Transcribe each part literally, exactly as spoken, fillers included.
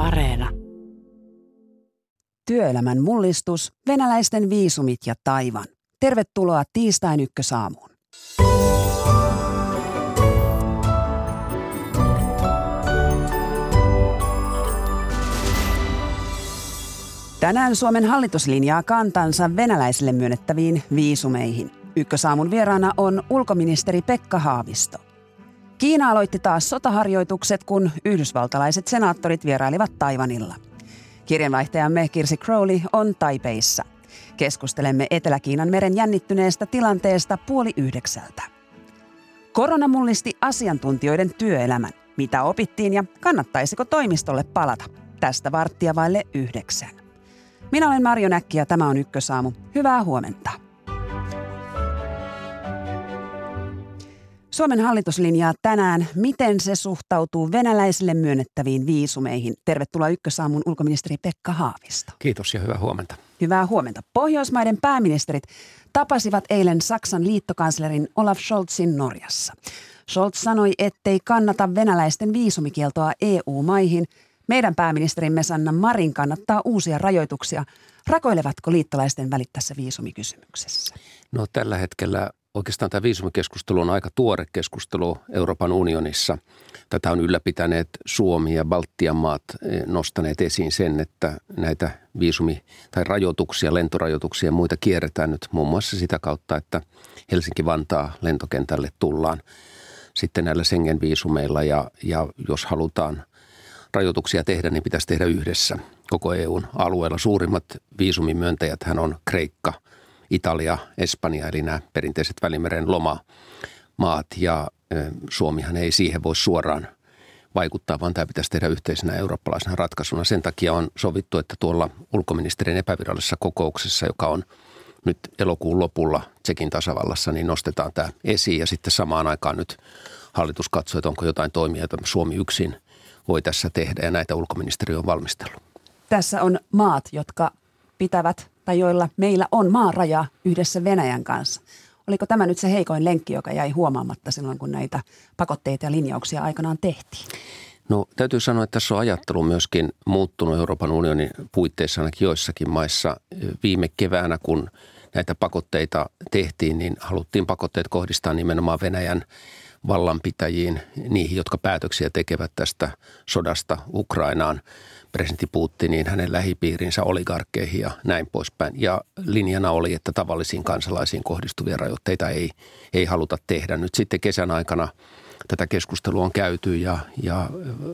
Areena. Työelämän mullistus, venäläisten viisumit ja Taiwan. Tervetuloa tiistain ykkösaamuun. Tänään Suomen hallitus linjaa kantansa venäläisille myönnettäviin viisumeihin. Ykkösaamun vieraana on ulkoministeri Pekka Haavisto. Kiina aloitti taas sotaharjoitukset, kun yhdysvaltalaiset senaattorit vierailivat Taiwanilla. Kirjanvaihtajamme Kirsi Crowley on Taipeissa. Keskustelemme Etelä-Kiinan meren jännittyneestä tilanteesta puoli yhdeksältä. Korona mullisti asiantuntijoiden työelämän. Mitä opittiin ja kannattaisiko toimistolle palata? Tästä varttia vaille yhdeksän. Minä olen Marjo Näkki ja tämä on Ykkösaamu. Hyvää huomenta. Suomen hallitus linjaa tänään, miten se suhtautuu venäläisille myönnettäviin viisumeihin. Tervetuloa Ykkösaamun ulkoministeri Pekka Haavisto. Kiitos ja hyvää huomenta. Hyvää huomenta. Pohjoismaiden pääministerit tapasivat eilen Saksan liittokanslerin Olaf Scholzin Norjassa. Scholz sanoi, ettei kannata venäläisten viisumikieltoa E U-maihin. Meidän pääministerimme Sanna Marin kannattaa uusia rajoituksia. Rakoilevatko liittolaisten välit tässä viisumikysymyksessä? No tällä hetkellä oikeastaan tämä viisumikeskustelu on aika tuore keskustelu Euroopan unionissa. Tätä on ylläpitäneet Suomi ja Baltian maat nostaneet esiin sen, että näitä viisumi- tai rajoituksia, lentorajoituksia ja muita kierretään nyt muun muassa sitä kautta, että Helsinki-Vantaa lentokentälle tullaan sitten näillä Schengen-viisumeilla ja, ja jos halutaan rajoituksia tehdä, niin pitäisi tehdä yhdessä koko E U:n alueella. Suurimmat viisumimyöntäjäthän on Kreikka, Italia, Espanja, eli nämä perinteiset Välimeren lomamaat, ja Suomihan ei siihen voi suoraan vaikuttaa, vaan tämä pitäisi tehdä yhteisenä eurooppalaisena ratkaisuna. Sen takia on sovittu, että tuolla ulkoministerin epävirallisessa kokouksessa, joka on nyt elokuun lopulla Tšekin tasavallassa, niin nostetaan tämä esiin, ja sitten samaan aikaan nyt hallitus katsoo, että onko jotain toimia, joita Suomi yksin voi tässä tehdä, ja näitä ulkoministeriö on valmistellut. Tässä on maat, jotka pitävät tai joilla meillä on maaraja yhdessä Venäjän kanssa. Oliko tämä nyt se heikoin lenkki, joka jäi huomaamatta silloin, kun näitä pakotteita ja linjauksia aikanaan tehtiin? No täytyy sanoa, että tässä on ajattelu myöskin muuttunut Euroopan unionin puitteissa ainakin joissakin maissa. Viime keväänä, kun näitä pakotteita tehtiin, niin haluttiin pakotteet kohdistaa nimenomaan Venäjän vallanpitäjiin, niihin, jotka päätöksiä tekevät tästä sodasta Ukrainaan, presidentti Putiniin, hänen lähipiirinsä, oligarkkeihin ja näin poispäin. Ja linjana oli, että tavallisiin kansalaisiin kohdistuvia rajoitteita ei, ei haluta tehdä. Nyt sitten kesän aikana tätä keskustelua on käyty ja, ja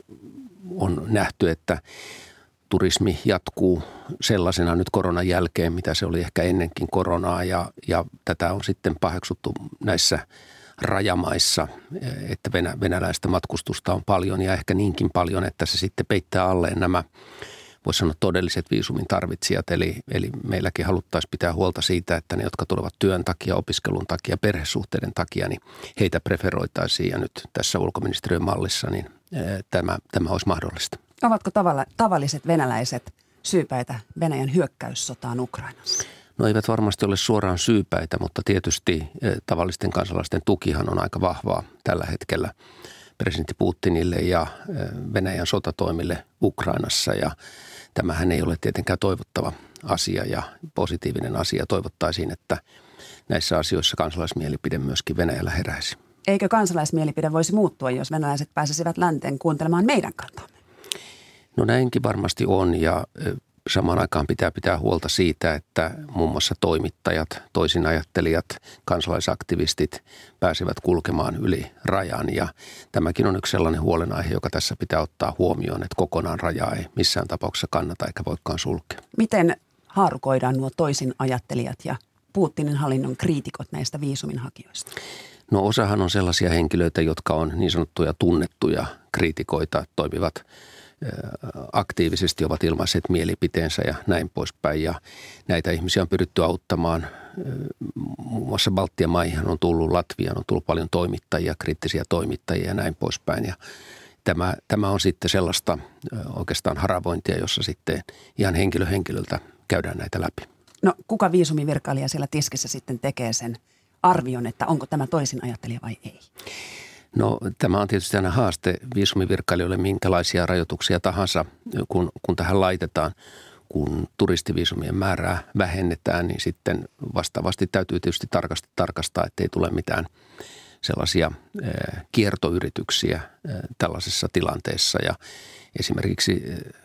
on nähty, että turismi jatkuu sellaisena nyt koronan jälkeen, mitä se oli ehkä ennenkin koronaa, ja, ja tätä on sitten paheksuttu näissä rajamaissa, että venä, venäläistä matkustusta on paljon ja ehkä niinkin paljon, että se sitten peittää alleen nämä, voisi sanoa, todelliset viisumin tarvitsijat. Eli, eli meilläkin haluttaisiin pitää huolta siitä, että ne, jotka tulevat työn takia, opiskelun takia, perhesuhteiden takia, niin heitä preferoitaisiin, ja nyt tässä ulkoministeriön mallissa niin tämä, tämä olisi mahdollista. Ovatko tavalla, tavalliset venäläiset syypäitä Venäjän hyökkäyssotaan Ukrainassa? No eivät varmasti ole suoraan syypäitä, mutta tietysti tavallisten kansalaisten tukihan on aika vahvaa tällä hetkellä presidentti Putinille ja Venäjän sotatoimille Ukrainassa. Ja tämähän ei ole tietenkään toivottava asia ja positiivinen asia. Toivottaisiin, että näissä asioissa kansalaismielipide myöskin Venäjällä heräisi. Eikö kansalaismielipide voisi muuttua, jos venäläiset pääsisivät länteen kuuntelemaan meidän kantaamme? No näinkin varmasti on, ja samaan aikaan pitää pitää huolta siitä, että muun muassa toimittajat, toisinajattelijat, kansalaisaktivistit pääsevät kulkemaan yli rajan. Ja tämäkin on yksi sellainen huolenaihe, joka tässä pitää ottaa huomioon, että kokonaan rajaa ei missään tapauksessa kannata eikä voikaan sulkea. Miten haarukoidaan nuo toisinajattelijat ja Putinin hallinnon kriitikot näistä viisuminhakijoista? No osahan on sellaisia henkilöitä, jotka on niin sanottuja tunnettuja kriitikoita, toimivat aktiivisesti, ovat ilmaisseet mielipiteensä ja näin poispäin. Ja näitä ihmisiä on pyritty auttamaan. Muun muassa Baltian maihin on tullut, Latviaan on tullut paljon toimittajia, kriittisiä toimittajia ja näin poispäin. Ja tämä, tämä on sitten sellaista oikeastaan haravointia, jossa sitten ihan henkilö henkilöltä käydään näitä läpi. No kuka viisumivirkailija siellä tiskissä sitten tekee sen arvion, että onko tämä toisin ajattelija vai ei? No tämä on tietysti aina haaste viisumivirkailijoille, minkälaisia rajoituksia tahansa, kun, kun tähän laitetaan. Kun turistiviisumien määrää vähennetään, niin sitten vastaavasti täytyy tietysti tarkastaa, tarkastaa ettei tule mitään sellaisia kiertoyrityksiä tällaisessa tilanteessa. Ja esimerkiksi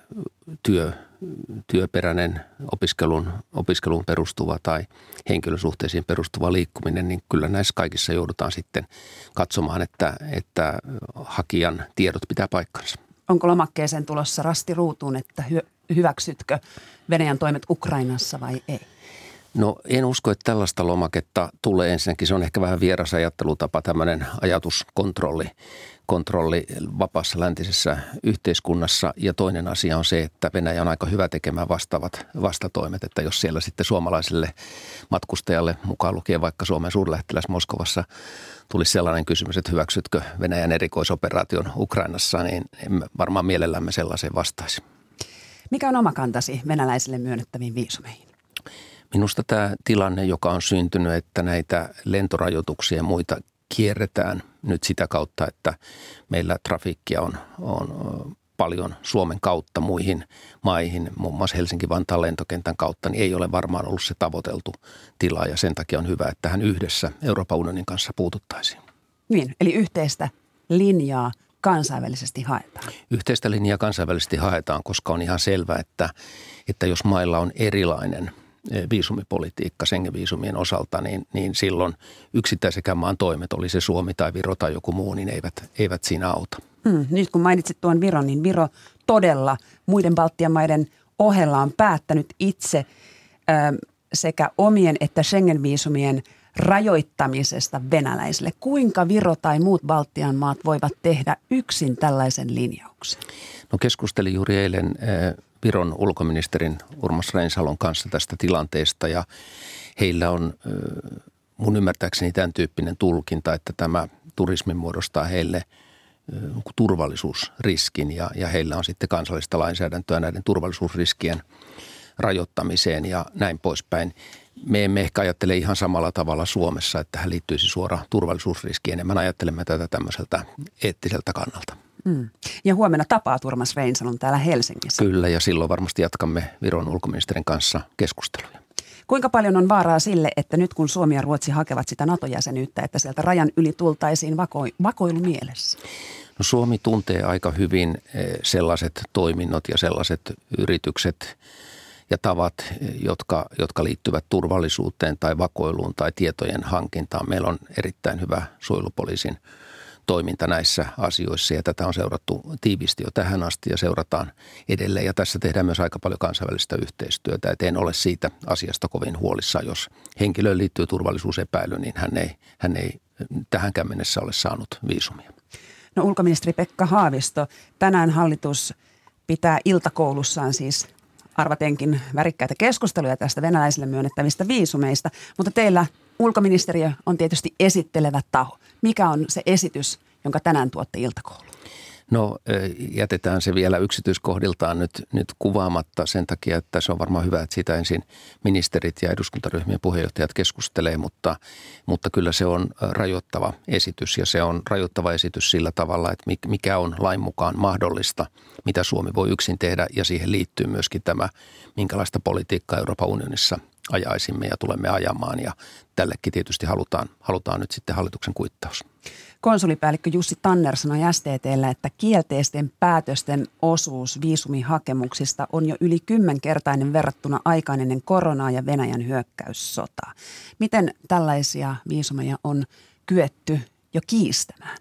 työ, työperäinen opiskelun, opiskeluun perustuva tai henkilösuhteisiin perustuva liikkuminen, niin kyllä näissä kaikissa joudutaan sitten katsomaan, että, että hakijan tiedot pitää paikkansa. Onko lomakkeeseen tulossa rasti ruutuun, että hy- hyväksytkö Venäjän toimet Ukrainassa vai ei? No en usko, että tällaista lomaketta tulee. Ensinnäkin se on ehkä vähän vieras ajattelutapa, tämmöinen ajatuskontrolli kontrolli vapaassa läntisessä yhteiskunnassa. Ja toinen asia on se, että Venäjä on aika hyvä tekemään vastaavat vastatoimet, että jos siellä sitten suomalaiselle matkustajalle, mukaan lukien vaikka Suomen suurlähettiläs Moskovassa, tulisi sellainen kysymys, että hyväksytkö Venäjän erikoisoperaation Ukrainassa, niin emme varmaan mielellämme sellaiseen vastaisi. Mikä on oma kantasi venäläisille myönnettäviin viisumeihin? Minusta tämä tilanne, joka on syntynyt, että näitä lentorajoituksia ja muita kierretään nyt sitä kautta, että meillä trafiikkia on, on paljon Suomen kautta muihin maihin, muun muassa Helsinki-Vantaan lentokentän kautta, niin ei ole varmaan ollut se tavoiteltu tila ja sen takia on hyvä, että tähän yhdessä Euroopan unionin kanssa puututtaisiin. Niin, eli yhteistä linjaa kansainvälisesti haetaan. Yhteistä linjaa kansainvälisesti haetaan, koska on ihan selvää, että, että jos mailla on erilainen viisumipolitiikka Schengen-viisumien osalta, niin, niin silloin yksittäisekään maan toimet, oli se Suomi tai Viro tai joku muu, niin eivät, eivät siinä auta. Mm, nyt kun mainitsit tuon Viron, niin Viro todella muiden Baltian maiden ohella on päättänyt itse ö, sekä omien että Schengen-viisumien rajoittamisesta venäläisille. Kuinka Viro tai muut Baltian maat voivat tehdä yksin tällaisen linjauksen? No keskustelin juuri eilen äh, Viron ulkoministerin Urmas Reinsalon kanssa tästä tilanteesta ja heillä on äh, mun ymmärtääkseni tämän tyyppinen tulkinta, että tämä turismi muodostaa heille äh, turvallisuusriskin ja, ja heillä on sitten kansallista lainsäädäntöä näiden turvallisuusriskien rajoittamiseen ja näin poispäin. Me emme ehkä ajattele ihan samalla tavalla Suomessa, että tähän liittyisi suora turvallisuusriski. Enemmän ajattelemme tätä tämmöiseltä eettiseltä kannalta. Mm. Ja huomenna tapaa Urmas Reinsalon täällä Helsingissä. Kyllä, ja silloin varmasti jatkamme Viron ulkoministerin kanssa keskusteluja. Kuinka paljon on vaaraa sille, että nyt kun Suomi ja Ruotsi hakevat sitä NATO-jäsenyyttä, että sieltä rajan yli tultaisiin vako- vakoilumielessä? No Suomi tuntee aika hyvin sellaiset toiminnot ja sellaiset yritykset ja tavat, jotka, jotka liittyvät turvallisuuteen tai vakoiluun tai tietojen hankintaan. Meillä on erittäin hyvä suojelupoliisin toiminta näissä asioissa ja tätä on seurattu tiivisti jo tähän asti ja seurataan edelleen. Ja tässä tehdään myös aika paljon kansainvälistä yhteistyötä, et en ole siitä asiasta kovin huolissaan. Jos henkilöön liittyy turvallisuusepäily, niin hän ei, hän ei tähänkään mennessä ole saanut viisumia. No ulkoministeri Pekka Haavisto, tänään hallitus pitää iltakoulussaan siis arvatenkin värikkäitä keskusteluja tästä venäläisille myönnettävistä viisumeista, mutta teillä ulkoministeriö on tietysti esittelevä taho. Mikä on se esitys, jonka tänään tuotte iltakouluun? No jätetään se vielä yksityiskohdiltaan nyt, nyt kuvaamatta sen takia, että se on varmaan hyvä, että siitä ensin ministerit ja eduskuntaryhmien puheenjohtajat keskustelee, mutta, mutta kyllä se on rajoittava esitys ja se on rajoittava esitys sillä tavalla, että mikä on lain mukaan mahdollista, mitä Suomi voi yksin tehdä ja siihen liittyy myöskin tämä, minkälaista politiikkaa Euroopan unionissa ajaisimme ja tulemme ajamaan ja tällekin tietysti halutaan, halutaan nyt sitten hallituksen kuittaus. Konsulipäällikkö Jussi Tanner sanoi S T T:llä, että kielteisten päätösten osuus viisumihakemuksista on jo yli kymmenkertainen verrattuna aikaan ennen koronaa ja Venäjän hyökkäyssotaa. Miten tällaisia viisumeja on kyetty jo kiistämään?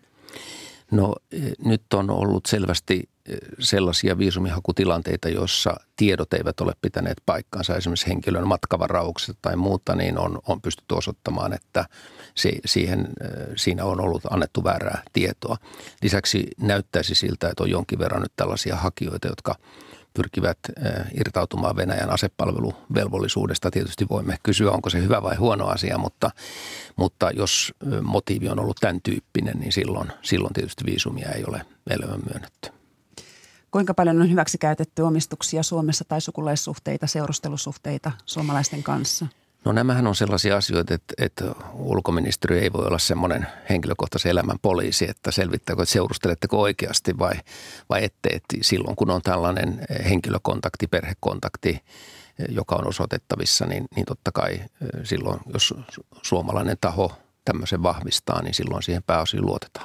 No nyt on ollut selvästi sellaisia viisumihakutilanteita, joissa tiedot eivät ole pitäneet paikkaansa, esimerkiksi henkilön matkavaraukset tai muuta, niin on, on pystytty osoittamaan, että se, siihen, siinä on ollut annettu väärää tietoa. Lisäksi näyttäisi siltä, että on jonkin verran nyt tällaisia hakijoita, jotka pyrkivät irtautumaan Venäjän asepalveluvelvollisuudesta. Tietysti voimme kysyä, onko se hyvä vai huono asia, mutta, mutta jos motiivi on ollut tämän tyyppinen, niin silloin, silloin tietysti viisumia ei ole elämän myönnetty. Kuinka paljon on hyväksi käytetty omistuksia Suomessa tai sukulaissuhteita, seurustelusuhteita suomalaisten kanssa? No nämähän on sellaisia asioita, että, että ulkoministeriö ei voi olla semmoinen henkilökohtaisen elämän poliisi, että selvittääkö, että seurusteletteko oikeasti vai, vai ette. Että silloin kun on tällainen henkilökontakti, perhekontakti, joka on osoitettavissa, niin, niin totta kai silloin, jos suomalainen taho tämmöisen vahvistaa, niin silloin siihen pääosin luotetaan.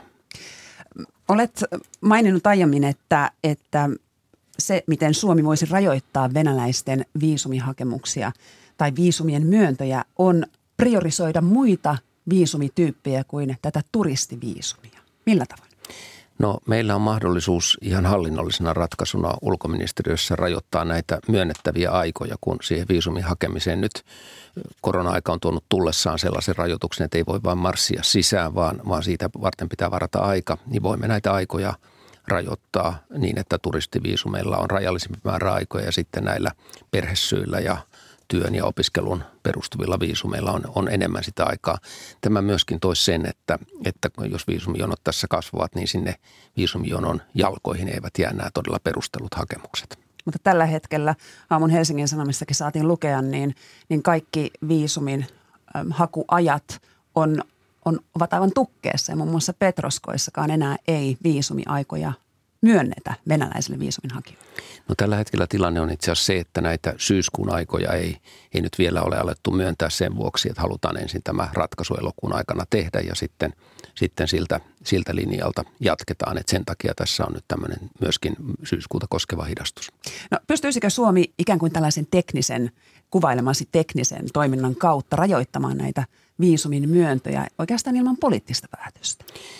Olet maininnut aiemmin, että, että se, miten Suomi voisi rajoittaa venäläisten viisumihakemuksia tai viisumien myöntöjä, on priorisoida muita viisumityyppejä kuin tätä turistiviisumia. Millä tavoin? No meillä on mahdollisuus ihan hallinnollisena ratkaisuna ulkoministeriössä rajoittaa näitä myönnettäviä aikoja, kun siihen viisumin hakemiseen nyt korona-aika on tuonut tullessaan sellaisen rajoituksen, että ei voi vain marssia sisään, vaan, vaan siitä varten pitää varata aika, niin voimme näitä aikoja rajoittaa niin, että turistiviisumeilla on rajallisempi määrä aikoja ja sitten näillä perhesyillä ja työn ja opiskelun perustuvilla viisumeilla on, on enemmän sitä aikaa. Tämä myöskin toisi sen, että, että jos viisumijonot tässä kasvavat, niin sinne viisumijonon jalkoihin eivät jää nämä todella perustellut hakemukset. Mutta tällä hetkellä aamun Helsingin Sanomissakin saatiin lukea, niin, niin kaikki viisumin äm, hakuajat on, on, ovat aivan tukkeessa ja muun muassa Petroskoissakaan enää ei viisumiaikoja myönnetä venäläisille viisumin hakijoille. No tällä hetkellä tilanne on itse asiassa se, että näitä syyskuun aikoja ei, ei nyt vielä ole alettu myöntää sen vuoksi, että halutaan ensin tämä ratkaisu elokuun aikana tehdä ja sitten, sitten siltä, siltä linjalta jatketaan. Että sen takia tässä on nyt tämmöinen myöskin syyskuuta koskeva hidastus. No pystyisikö Suomi ikään kuin tällaisen teknisen, kuvailemasi teknisen toiminnan kautta rajoittamaan näitä viisumin myöntöjä oikeastaan ilman poliittista päätöstä?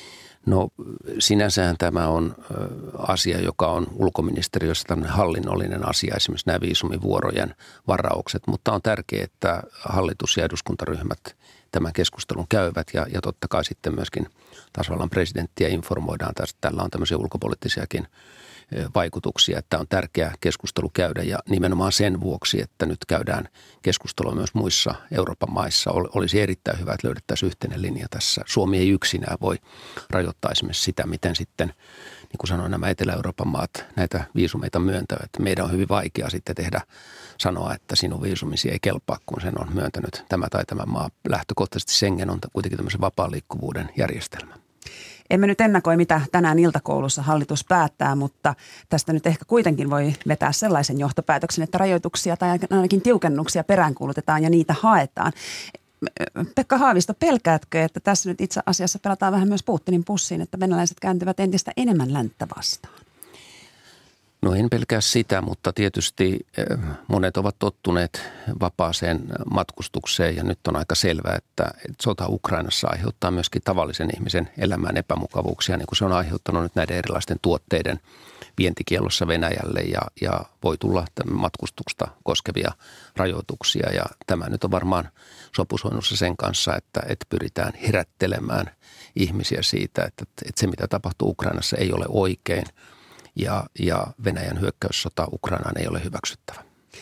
No sinänsähän tämä on asia, joka on ulkoministeriössä tämmöinen hallinnollinen asia, esimerkiksi nämä viisumivuorojen varaukset, mutta on tärkeää, että hallitus ja eduskuntaryhmät tämän keskustelun käyvät ja, ja totta kai sitten myöskin tasavallan presidenttiä informoidaan tästä. Tällä on tämmöisiä ulkopoliittisiakin vaikutuksia, että on tärkeää keskustelu käydä ja nimenomaan sen vuoksi, että nyt käydään keskustelua myös muissa Euroopan maissa. Olisi erittäin hyvä, että löydettäisiin yhteinen linja tässä. Suomi ei yksinään voi rajoittaa esimerkiksi sitä, miten sitten, niin kuin sanoin, nämä Etelä-Euroopan maat näitä viisumeita myöntävät. Meidän on hyvin vaikea sitten tehdä, sanoa, että sinun viisumisi ei kelpaa, kun sen on myöntänyt tämä tai tämä maa. Lähtökohtaisesti Schengen on kuitenkin tämmöisen vapaan liikkuvuuden järjestelmä. Emme nyt ennakoi, mitä tänään iltakoulussa hallitus päättää, mutta tästä nyt ehkä kuitenkin voi vetää sellaisen johtopäätöksen, että rajoituksia tai ainakin tiukennuksia peräänkuulutetaan ja niitä haetaan. Pekka Haavisto, pelkäätkö, että tässä nyt itse asiassa pelataan vähän myös Putinin pussiin, että venäläiset kääntyvät entistä enemmän länttä vastaan? No en pelkää sitä, mutta tietysti monet ovat tottuneet vapaaseen matkustukseen ja nyt on aika selvää, että sota Ukrainassa aiheuttaa myöskin tavallisen ihmisen elämään epämukavuuksia, niin kuin se on aiheuttanut nyt näiden erilaisten tuotteiden vientikiellossa Venäjälle ja, ja voi tulla matkustusta koskevia rajoituksia ja tämä nyt on varmaan sopusoinnussa sen kanssa, että, että pyritään herättelemään ihmisiä siitä, että, että se mitä tapahtuu Ukrainassa ei ole oikein. Ja, ja Venäjän hyökkäyssota Ukrainaan ei ole hyväksyttävä.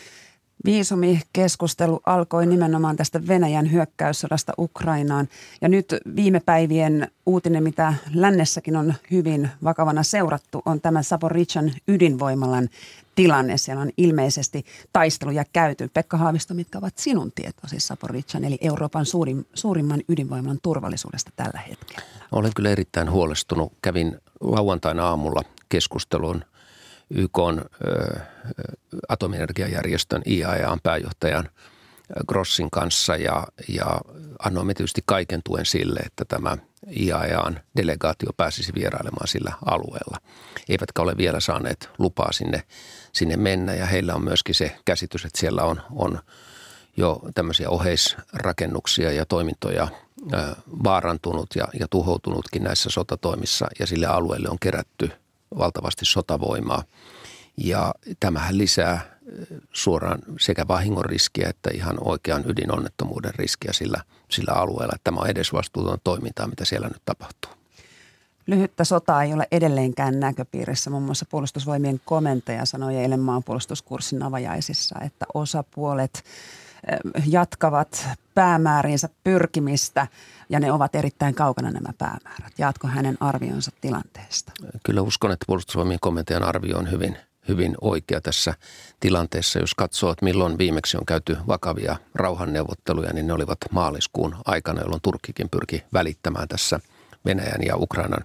Viisumikeskustelu alkoi nimenomaan tästä Venäjän hyökkäyssodasta Ukrainaan. Ja nyt viime päivien uutinen, mitä lännessäkin on hyvin vakavana seurattu, on tämä Zaporizhzhan ydinvoimalan tilanne. Siellä on ilmeisesti taisteluja käyty. Pekka Haavisto, mitkä ovat sinun tietosi Zaporizhzhan, eli Euroopan suurin, suurimman ydinvoimalan turvallisuudesta tällä hetkellä? Olen kyllä erittäin huolestunut. Kävin lauantaina aamulla keskustelun Y K:n ö, atomienergiajärjestön I A E A:n pääjohtajan Grossin kanssa ja, ja annoimme tietysti kaiken tuen sille, että tämä I A E A:n delegaatio pääsisi vierailemaan sillä alueella. Eivätkä ole vielä saaneet lupaa sinne, sinne mennä ja heillä on myöskin se käsitys, että siellä on, on jo tämmöisiä oheisrakennuksia ja toimintoja ö, vaarantunut ja, ja tuhoutunutkin näissä sotatoimissa ja sille alueelle on kerätty valtavasti sotavoimaa ja tämähän lisää suoraan sekä vahingon riskiä että ihan oikean ydinonnettomuuden riskiä sillä, sillä alueella. Tämä on edesvastuuton toimintaa, mitä siellä nyt tapahtuu. Lyhyttä sotaa ei ole edelleenkään näköpiirissä. Muun muassa Puolustusvoimien komentaja sanoi eilen maanpuolustuskurssin avajaisissa, että osapuolet jatkavat päämääriinsä pyrkimistä ja ne ovat erittäin kaukana nämä päämäärät. Jaatko hänen arvionsa tilanteesta? Kyllä uskon, että Puolustusvoimien komentajan arvio on hyvin, hyvin oikea tässä tilanteessa. Jos katsoo, että milloin viimeksi on käyty vakavia rauhanneuvotteluja, niin ne olivat maaliskuun aikana, jolloin Turkkikin pyrki välittämään tässä Venäjän ja Ukrainan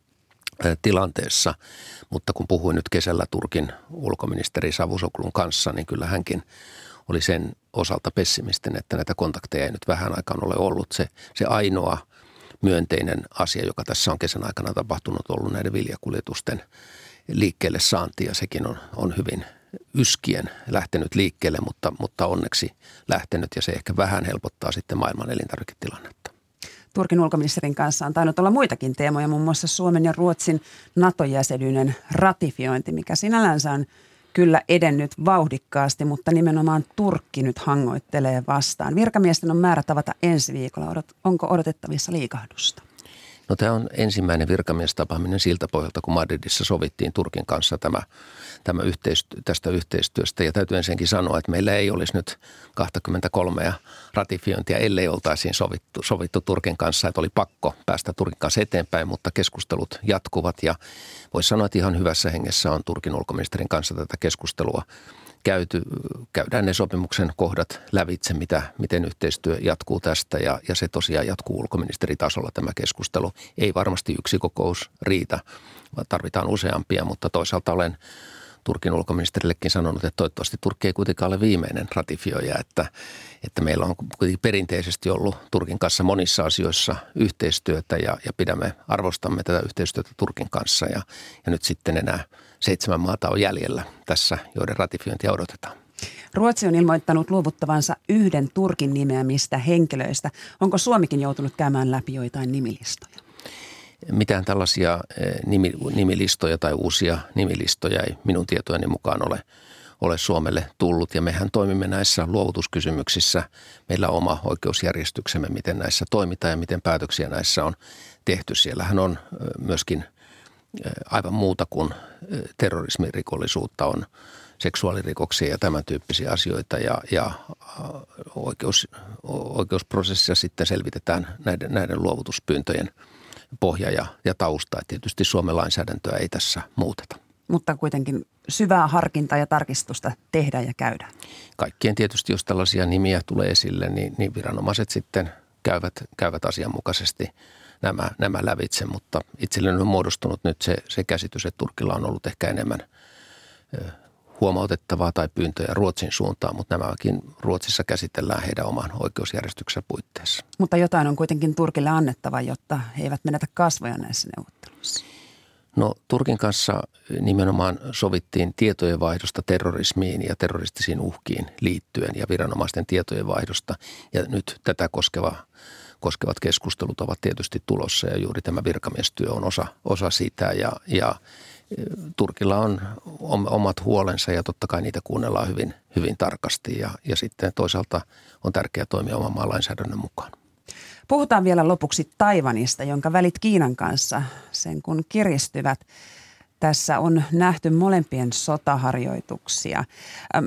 tilanteessa. Mutta kun puhuin nyt kesällä Turkin ulkoministeri Çavuşoğlu'n kanssa, niin kyllä hänkin oli sen osalta pessimistinen, että näitä kontakteja ei nyt vähän aikaan ole ollut. Se, se ainoa myönteinen asia, joka tässä on kesän aikana tapahtunut, on ollut näiden viljakuljetusten liikkeelle saanti, ja sekin on, on hyvin yskien lähtenyt liikkeelle, mutta, mutta onneksi lähtenyt, ja se ehkä vähän helpottaa sitten maailman elintarviketilannetta. Turkin ulkoministerin kanssa on tainnut olla muitakin teemoja, muun muassa Suomen ja Ruotsin NATO-jäsenyyden ratifiointi, mikä sinällänsä on kyllä edennyt vauhdikkaasti, mutta nimenomaan Turkki nyt hangoittelee vastaan. Virkamiesten on määrä tavata ensi viikolla. Onko odotettavissa liikahdusta? No tämä on ensimmäinen virkamiestapaaminen siltä pohjalta, kun Madridissa sovittiin Turkin kanssa tämä, tämä yhteistyö, tästä yhteistyöstä. Ja täytyy ensinnäkin sanoa, että meillä ei olisi nyt kaksikymmentäkolme ratifiointia, ellei oltaisiin sovittu, sovittu Turkin kanssa, että oli pakko päästä Turkin kanssa eteenpäin, mutta keskustelut jatkuvat. Ja voisi sanoa, että ihan hyvässä hengessä on Turkin ulkoministerin kanssa tätä keskustelua käyty. Käydään ne sopimuksen kohdat lävitse, mitä, miten yhteistyö jatkuu tästä, ja, ja se tosiaan jatkuu ulkoministeritasolla tämä keskustelu. Ei varmasti yksi kokous riitä, vaan tarvitaan useampia, mutta toisaalta olen Turkin ulkoministerillekin sanonut, että toivottavasti Turkki ei kuitenkaan ole viimeinen ratifioija, että, että meillä on kuitenkin perinteisesti ollut Turkin kanssa monissa asioissa yhteistyötä, ja, ja pidämme, arvostamme tätä yhteistyötä Turkin kanssa, ja, ja nyt sitten enää seitsemän maata on jäljellä tässä, joiden ratifiointia odotetaan. Ruotsi on ilmoittanut luovuttavansa yhden Turkin nimeämistä henkilöistä. Onko Suomikin joutunut käymään läpi joitain nimilistoja? Mitään tällaisia nimi, nimilistoja tai uusia nimilistoja ei minun tietojeni mukaan ole, ole Suomelle tullut. Ja mehän toimimme näissä luovutuskysymyksissä. Meillä on oma oikeusjärjestyksemme, miten näissä toimitaan ja miten päätöksiä näissä on tehty. Siellähän on myöskin aivan muuta kuin terrorismirikollisuutta, on seksuaalirikoksia ja tämän tyyppisiä asioita, ja, ja oikeus, oikeusprosessissa sitten selvitetään näiden, näiden luovutuspyyntöjen pohja ja, ja tausta. Et tietysti Suomen lainsäädäntöä ei tässä muuteta. Mutta kuitenkin syvää harkintaa ja tarkistusta tehdään ja käydään. Kaikkien tietysti, jos tällaisia nimiä tulee esille, niin, niin viranomaiset sitten käyvät, käyvät asianmukaisesti nämä, nämä lävitse, mutta itselleni on muodostunut nyt se, se käsitys, että Turkilla on ollut ehkä enemmän ö, huomautettavaa tai pyyntöjä Ruotsin suuntaan, mutta nämäkin Ruotsissa käsitellään heidän oman oikeusjärjestyksensä puitteissa. Mutta jotain on kuitenkin Turkille annettava, jotta he eivät menetä kasvoja näissä neuvotteluissa. No Turkin kanssa nimenomaan sovittiin tietojenvaihdosta terrorismiin ja terroristisiin uhkiin liittyen ja viranomaisten tietojenvaihdosta, ja nyt tätä koskeva koskevat keskustelut ovat tietysti tulossa, ja juuri tämä virkamiestyö on osa, osa sitä, ja, ja Turkilla on omat huolensa, ja totta kai niitä kuunnellaan hyvin, hyvin tarkasti, ja, ja sitten toisaalta on tärkeää toimia oman maan lainsäädännön mukaan. Puhutaan vielä lopuksi Taiwanista, jonka välit Kiinan kanssa sen kun kiristyvät. Tässä on nähty molempien sotaharjoituksia. Öm,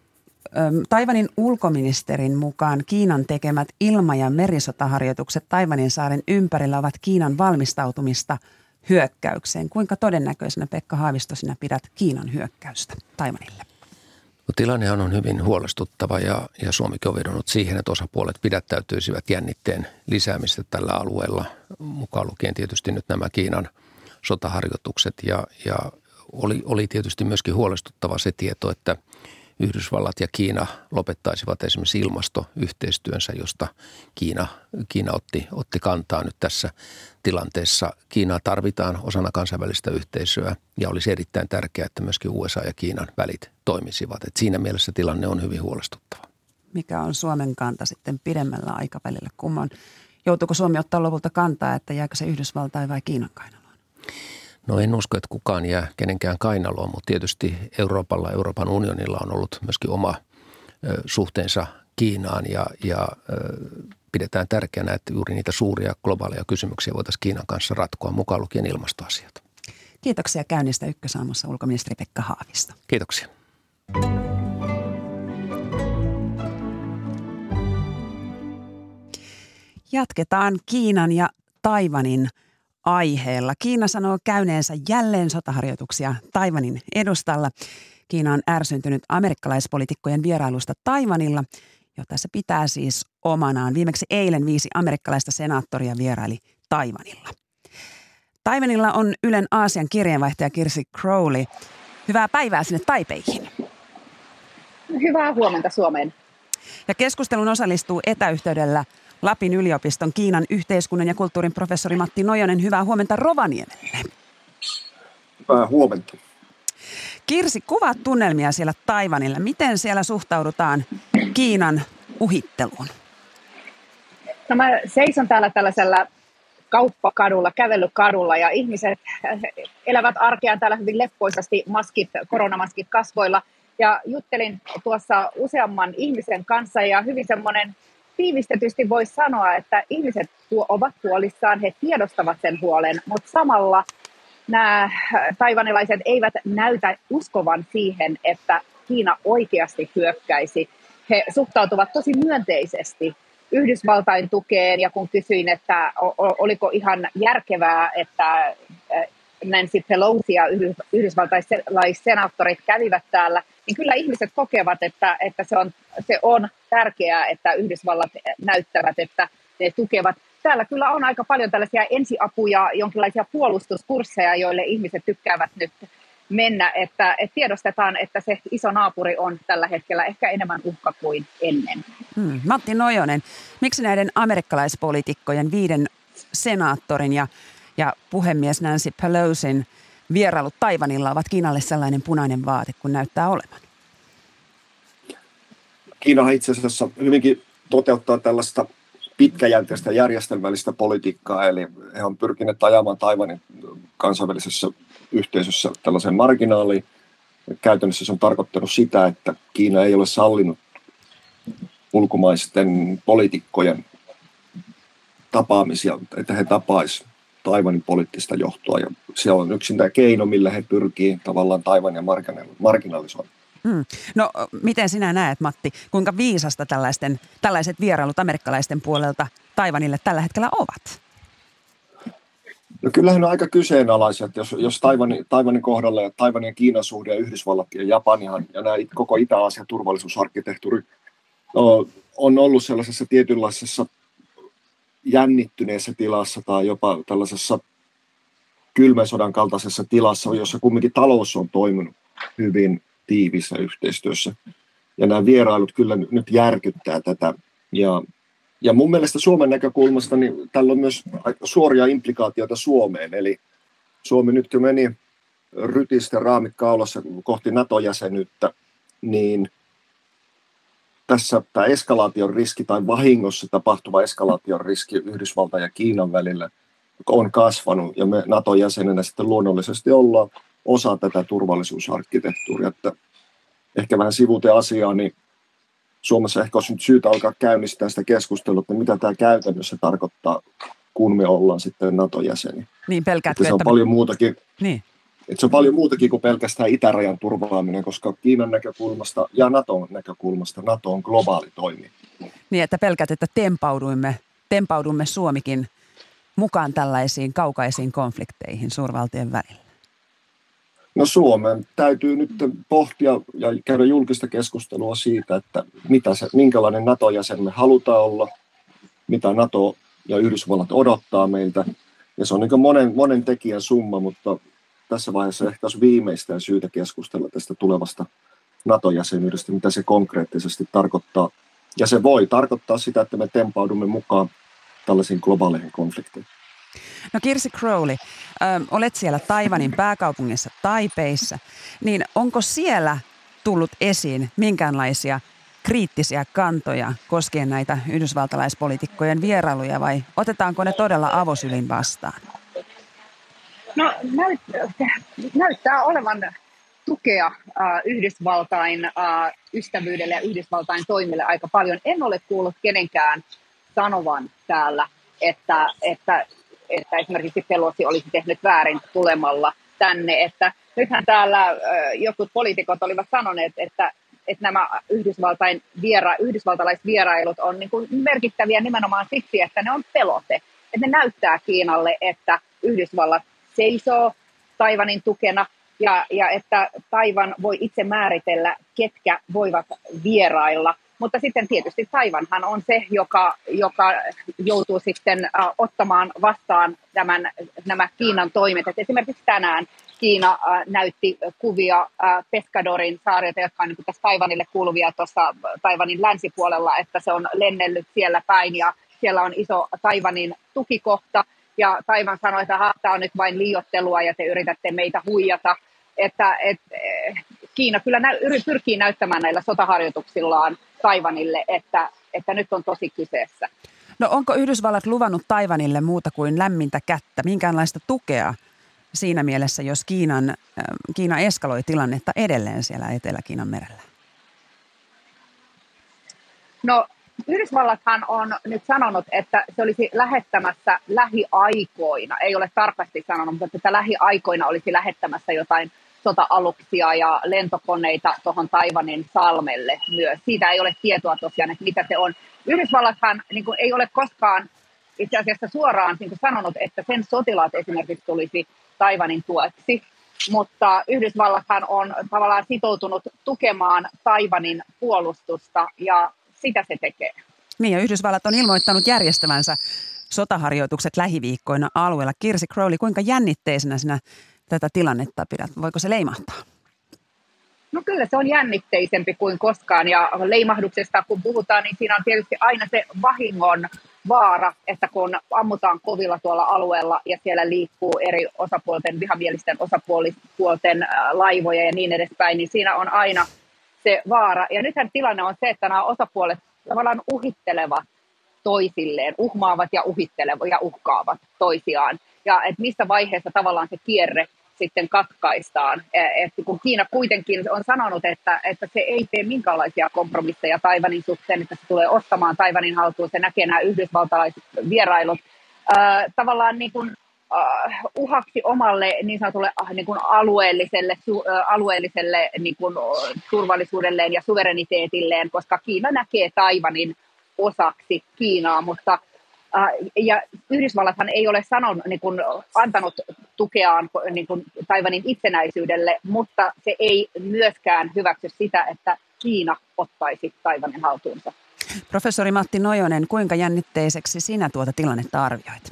Taiwanin ulkoministerin mukaan Kiinan tekemät ilma- ja merisotaharjoitukset Taiwanin saaren ympärillä ovat Kiinan valmistautumista hyökkäykseen. Kuinka todennäköisenä, Pekka Haavisto, sinä pidät Kiinan hyökkäystä Taiwanille? No, tilannehan on hyvin huolestuttava, ja, ja Suomikin on vedonnut siihen, että osapuolet pidättäytyisivät jännitteen lisäämistä tällä alueella, mukaan lukien tietysti nyt nämä Kiinan sotaharjoitukset, ja, ja oli, oli tietysti myöskin huolestuttava se tieto, että Yhdysvallat ja Kiina lopettaisivat esimerkiksi ilmastoyhteistyönsä, josta Kiina, Kiina otti, otti kantaa nyt tässä tilanteessa. Kiinaa tarvitaan osana kansainvälistä yhteisöä, ja olisi erittäin tärkeää, että myöskin U S A ja Kiinan välit toimisivat. Et siinä mielessä tilanne on hyvin huolestuttava. Mikä on Suomen kanta sitten pidemmällä aikavälillä? Kumman, joutuuko Suomi ottaa lopulta kantaa, että jääkö se Yhdysvaltain vai Kiinan kainaloon? No en usko, että kukaan jää kenenkään kainaloon, mutta tietysti Euroopalla, Euroopan unionilla on ollut myöskin oma ö, suhteensa Kiinaan, ja, ja ö, pidetään tärkeänä, että juuri niitä suuria globaaleja kysymyksiä voitaisiin Kiinan kanssa ratkoa, mukaan lukien ilmastoasiat. Kiitoksia käynnistä Ykkösaamussa ulkoministeri Pekka Haavisto. Kiitoksia. Jatketaan Kiinan ja Taiwanin aiheella. Kiina sanoo käyneensä jälleen sotaharjoituksia Taiwanin edustalla. Kiina on ärsyntynyt amerikkalaispoliitikkojen vierailusta Taiwanilla, jota se pitää siis omanaan. Viimeksi eilen viisi amerikkalaista senaattoria vieraili Taiwanilla. Taiwanilla on Ylen Aasian kirjeenvaihtaja Kirsi Crowley. Hyvää päivää sinne Taipeihin. Hyvää huomenta Suomeen. Ja keskustelun osallistuu etäyhteydellä Lapin yliopiston Kiinan yhteiskunnan ja kulttuurin professori Matti Nojonen. Hyvää huomenta Rovaniemelle. Hyvää huomenta. Kirsi, kuvaa tunnelmia siellä Taiwanilla. Miten siellä suhtaudutaan Kiinan uhitteluun? No mä seison täällä tällaisella kauppakadulla, kävelykadulla ja ihmiset elävät arkeaan täällä hyvin leppoisasti, maskit, koronamaskit kasvoilla. Ja juttelin tuossa useamman ihmisen kanssa ja hyvin semmoinen tiivistetysti voisi sanoa, että ihmiset tuo, ovat huolissaan, he tiedostavat sen huolen, mutta samalla nämä taiwanilaiset eivät näytä uskovan siihen, että Kiina oikeasti hyökkäisi. He suhtautuvat tosi myönteisesti Yhdysvaltain tukeen, ja kun kysyin, että oliko ihan järkevää, että Nancy Pelosi ja yhdysvaltalaissenaattorit kävivät täällä, niin kyllä ihmiset kokevat, että, että se, on, se on tärkeää, että Yhdysvallat näyttävät, että ne tukevat. Täällä kyllä on aika paljon tällaisia ensiapuja, jonkinlaisia puolustuskursseja, joille ihmiset tykkäävät nyt mennä, että, että tiedostetaan, että se iso naapuri on tällä hetkellä ehkä enemmän uhka kuin ennen. Hmm. Matti Nojonen, miksi näiden amerikkalaispoliitikkojen viiden senaattorin ja, ja puhemies Nancy Pelosin vierailut Taiwanilla ovat Kiinalle sellainen punainen vaate kuin näyttää olevan? Kiinahan itse asiassa hyvinkin toteuttaa tällaista pitkäjänteistä järjestelmällistä politiikkaa, eli he on pyrkineet ajamaan Taiwanin kansainvälisessä yhteisössä tällaisen marginaaliin. Käytännössä se on tarkoittanut sitä, että Kiina ei ole sallinut ulkomaisten poliitikkojen tapaamisia, että he tapaisivat Taiwanin poliittista johtoa. Ja se on yksin tämä keino, millä he pyrkii tavallaan Taiwania marginalisoimaan. Hmm. No miten sinä näet, Matti, kuinka viisasta tällaisten, tällaiset vierailut amerikkalaisten puolelta Taiwanille tällä hetkellä ovat? No kyllähän ne on aika kyseenalaisia, että jos, jos Taiwanin, Taiwanin kohdalla ja Taiwanin ja Kiinan suhde ja Yhdysvallat ja Japanihan ja nämä koko Itä-Aasian turvallisuusarkkitehtuuri no, on ollut sellaisessa tietynlaisessa jännittyneessä tilassa tai jopa tällaisessa kylmän sodan kaltaisessa tilassa, jossa kumminkin talous on toiminut hyvin tiiviissä yhteistyössä. Ja nämä vierailut kyllä nyt järkyttää tätä. Ja, ja mun mielestä Suomen näkökulmasta niin tällä on myös suoria implikaatioita Suomeen. Eli Suomi nyt kun meni rytistä raamit kaulassa kohti NATO-jäsenyyttä, niin tässä tämä eskalaation riski tai vahingossa tapahtuva eskalaation riski Yhdysvaltain ja Kiinan välillä on kasvanut. Ja me NATO-jäsenenä sitten luonnollisesti ollaan osa tätä turvallisuusarkkitehtuuria, että ehkä vähän sivuuteen asiaa, niin Suomessa ehkä olisi nyt syytä alkaa käynnistää sitä keskustelua, että mitä tämä käytännössä tarkoittaa, kun me ollaan sitten NATO-jäseniä. Niin, pelkäätkö, että se on että... paljon muutakin, niin. että se on paljon muutakin kuin pelkästään itärajan turvaaminen, koska Kiinan näkökulmasta ja Naton näkökulmasta NATO on globaali toimija. Niin, että pelkät, että tempauduimme, tempaudumme Suomikin mukaan tällaisiin kaukaisiin konflikteihin suurvaltojen välillä. No Suomen täytyy nyt pohtia ja käydä julkista keskustelua siitä, että mitä se, minkälainen NATO-jäsen me halutaan olla, mitä NATO ja Yhdysvallat odottaa meiltä. Ja se on niin monen, monen tekijän summa, mutta tässä vaiheessa ehkä olisi viimeistään syytä keskustella tästä tulevasta NATO-jäsenyydestä, mitä se konkreettisesti tarkoittaa. Ja se voi tarkoittaa sitä, että me tempaudumme mukaan tällaisiin globaaleihin konflikteihin. No Kirsi Crowley, ö, olet siellä Taiwanin pääkaupungissa Taipeissa, niin onko siellä tullut esiin minkäänlaisia kriittisiä kantoja koskien näitä yhdysvaltalaispoliitikkojen vierailuja vai otetaanko ne todella avosylin vastaan? No näyttää, näyttää olevan tukea äh, Yhdysvaltain äh, ystävyydelle ja Yhdysvaltain toimille aika paljon. En ole kuullut kenenkään sanovan täällä, että, että, että esimerkiksi Pelosi olisi tehnyt väärin tulemalla tänne. Että nythän täällä äh, jotkut poliitikot olivat sanoneet, että, että nämä Yhdysvaltain viera, yhdysvaltalaisvierailut on niin kuin merkittäviä nimenomaan siksi, että ne on pelote. Että ne näyttää Kiinalle, että Yhdysvallat seisoo Taiwanin tukena ja, ja että Taiwan voi itse määritellä, ketkä voivat vierailla. Mutta sitten tietysti Taiwanhan on se, joka, joka joutuu sitten äh, ottamaan vastaan tämän, nämä Kiinan toimet. Et esimerkiksi tänään Kiina äh, näytti kuvia äh, Pescadorin saarilta, jotka on niin kuin tässä Taiwanille kuuluvia tuossa Taiwanin länsipuolella, että se on lennellyt siellä päin ja siellä on iso Taiwanin tukikohta. Ja Taiwan sanoi, että tämä on nyt vain liioittelua ja te yritätte meitä huijata. Että et, Kiina kyllä nä, pyrkii näyttämään näillä sotaharjoituksillaan Taiwanille, että, että nyt on tosi kyseessä. No onko Yhdysvallat luvannut Taiwanille muuta kuin lämmintä kättä? Minkäänlaista tukea siinä mielessä, jos Kiinan, Kiina eskaloi tilannetta edelleen siellä Etelä-Kiinan merellä? No Yhdysvallathan on nyt sanonut, että se olisi lähettämässä lähiaikoina, ei ole tarkasti sanonut, mutta että lähiaikoina olisi lähettämässä jotain sota-aluksia ja lentokoneita tuohon Taiwanin salmelle myös. Siitä ei ole tietoa tosiaan, että mitä se on. Yhdysvallathan niin kuin, ei ole koskaan itse asiassa suoraan niin kuin sanonut, että sen sotilaat esimerkiksi tulisi Taiwanin tueksi, mutta Yhdysvallathan on tavallaan sitoutunut tukemaan Taiwanin puolustusta ja sitä se tekee. Niin ja Yhdysvallat on ilmoittanut järjestävänsä sotaharjoitukset lähiviikkoina alueella. Kirsi Crowley, kuinka jännitteisenä sinä tätä tilannetta pidät? Voiko se leimahtaa? No kyllä se on jännitteisempi kuin koskaan ja leimahduksesta kun puhutaan, niin siinä on tietysti aina se vahingon vaara, että kun ammutaan kovilla tuolla alueella ja siellä liikkuu eri osapuolten, vihamielisten osapuolten laivoja ja niin edespäin, niin siinä on aina se vaara. Ja nythän tilanne on se, että nämä osapuolet tavallaan uhittelevat toisilleen, uhmaavat ja uhittelevat ja uhkaavat toisiaan. Ja että missä vaiheessa tavallaan se kierre sitten katkaistaan. Että kun Kiina kuitenkin on sanonut, että, että se ei tee minkäänlaisia kompromisseja Taiwanin suhteen, että se tulee ottamaan Taiwanin haltuun, se näkee nämä yhdysvaltalaiset vierailut äh, tavallaan niin kuin, äh, uhaksi omalle niin sanotulle äh, niin kuin alueelliselle, su, äh, alueelliselle niin kuin, turvallisuudelleen ja suvereniteetilleen, koska Kiina näkee Taiwanin osaksi Kiinaa, mutta ja Yhdysvallathan ei ole sanonut, niin kuin, antanut tukeaan niin kuin, Taiwanin itsenäisyydelle, mutta se ei myöskään hyväksy sitä, että Kiina ottaisi Taiwanin haltuunsa. Professori Matti Nojonen, kuinka jännitteiseksi sinä tuota tilannetta arvioit?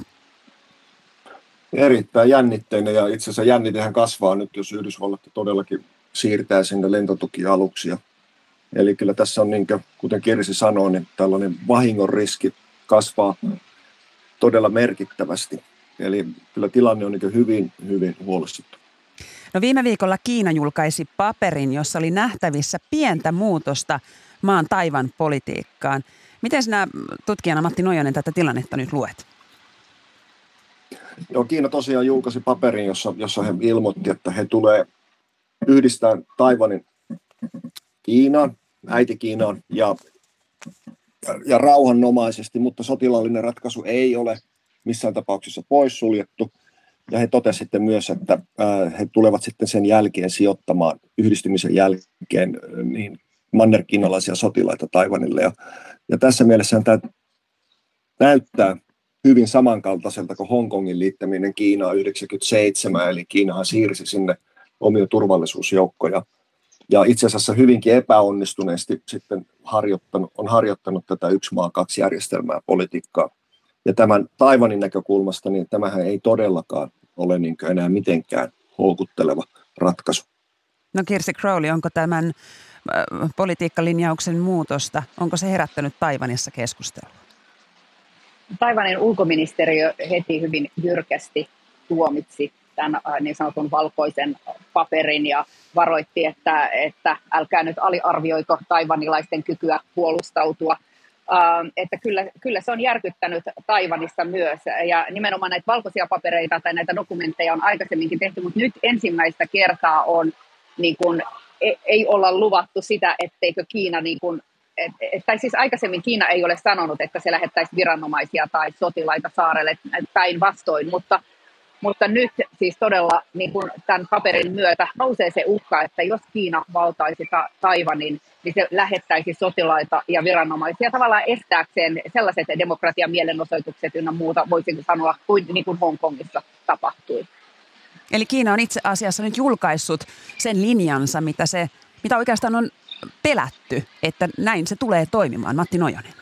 Erittäin jännitteinen ja itse asiassa jännitehän kasvaa nyt, jos Yhdysvallat todellakin siirtää sinne lentotukialuksia. Eli kyllä tässä on, niin kuin, kuten Kirsi sanoi, niin tällainen vahingon riski kasvaa todella merkittävästi. Eli kyllä tilanne on niin hyvin, hyvin huolestuttava. No viime viikolla Kiina julkaisi paperin, jossa oli nähtävissä pientä muutosta maan Taiwan politiikkaan. Miten sinä tutkijana Matti Nojonen tätä tilannetta nyt luet? Joo, Kiina tosiaan julkaisi paperin, jossa, jossa he ilmoitti, että he tulee yhdistää Taiwanin Kiinaan, äiti-Kiinaan ja ja rauhanomaisesti, mutta sotilaallinen ratkaisu ei ole missään tapauksessa poissuljettu. Ja he totesivat sitten myös, että he tulevat sitten sen jälkeen sijoittamaan yhdistymisen jälkeen niin mannerkiinalaisia sotilaita Taiwanille. Ja, ja tässä mielessä tämä näyttää hyvin samankaltaiselta kuin Hongkongin liittäminen Kiinaan yhdeksänkymmentäseitsemän, eli Kiinahan siirsi sinne omia turvallisuusjoukkoja. Ja itse asiassa hyvinkin epäonnistuneesti sitten harjoittanut, on harjoittanut tätä yksi maa, kaksi järjestelmää politiikkaa. Ja tämän Taiwanin näkökulmasta, niin tämähän ei todellakaan ole niin kuin enää mitenkään houkutteleva ratkaisu. No Kirsi Crowley, onko tämän äh, politiikkalinjauksen muutosta, onko se herättänyt Taiwanissa keskustelua? Taiwanin ulkoministeriö heti hyvin jyrkästi tuomitsi tämän niin sanotun valkoisen paperin ja varoitti, että, että älkää nyt aliarvioiko taiwanilaisten kykyä puolustautua. Uh, että kyllä, kyllä se on järkyttänyt Taiwanissa myös ja nimenomaan näitä valkoisia papereita tai näitä dokumentteja on aikaisemminkin tehty, mutta nyt ensimmäistä kertaa on, niin kun, ei, ei olla luvattu sitä, etteikö Kiina, niin kun, et, et, tai siis aikaisemmin Kiina ei ole sanonut, että se lähettäisi viranomaisia tai sotilaita saarelle päinvastoin, mutta Mutta nyt siis todella niin kuin tämän paperin myötä nousee se uhka, että jos Kiina valtaisi ta- Taiwanin, niin se lähettäisi sotilaita ja viranomaisia tavallaan estääkseen sellaiset demokratian mielenosoitukset ynnä muuta, voisinko sanoa, kuin, niin kuin Hongkongissa tapahtui. Eli Kiina on itse asiassa nyt julkaissut sen linjansa, mitä, se, mitä oikeastaan on pelätty, että näin se tulee toimimaan. Matti Nojonen.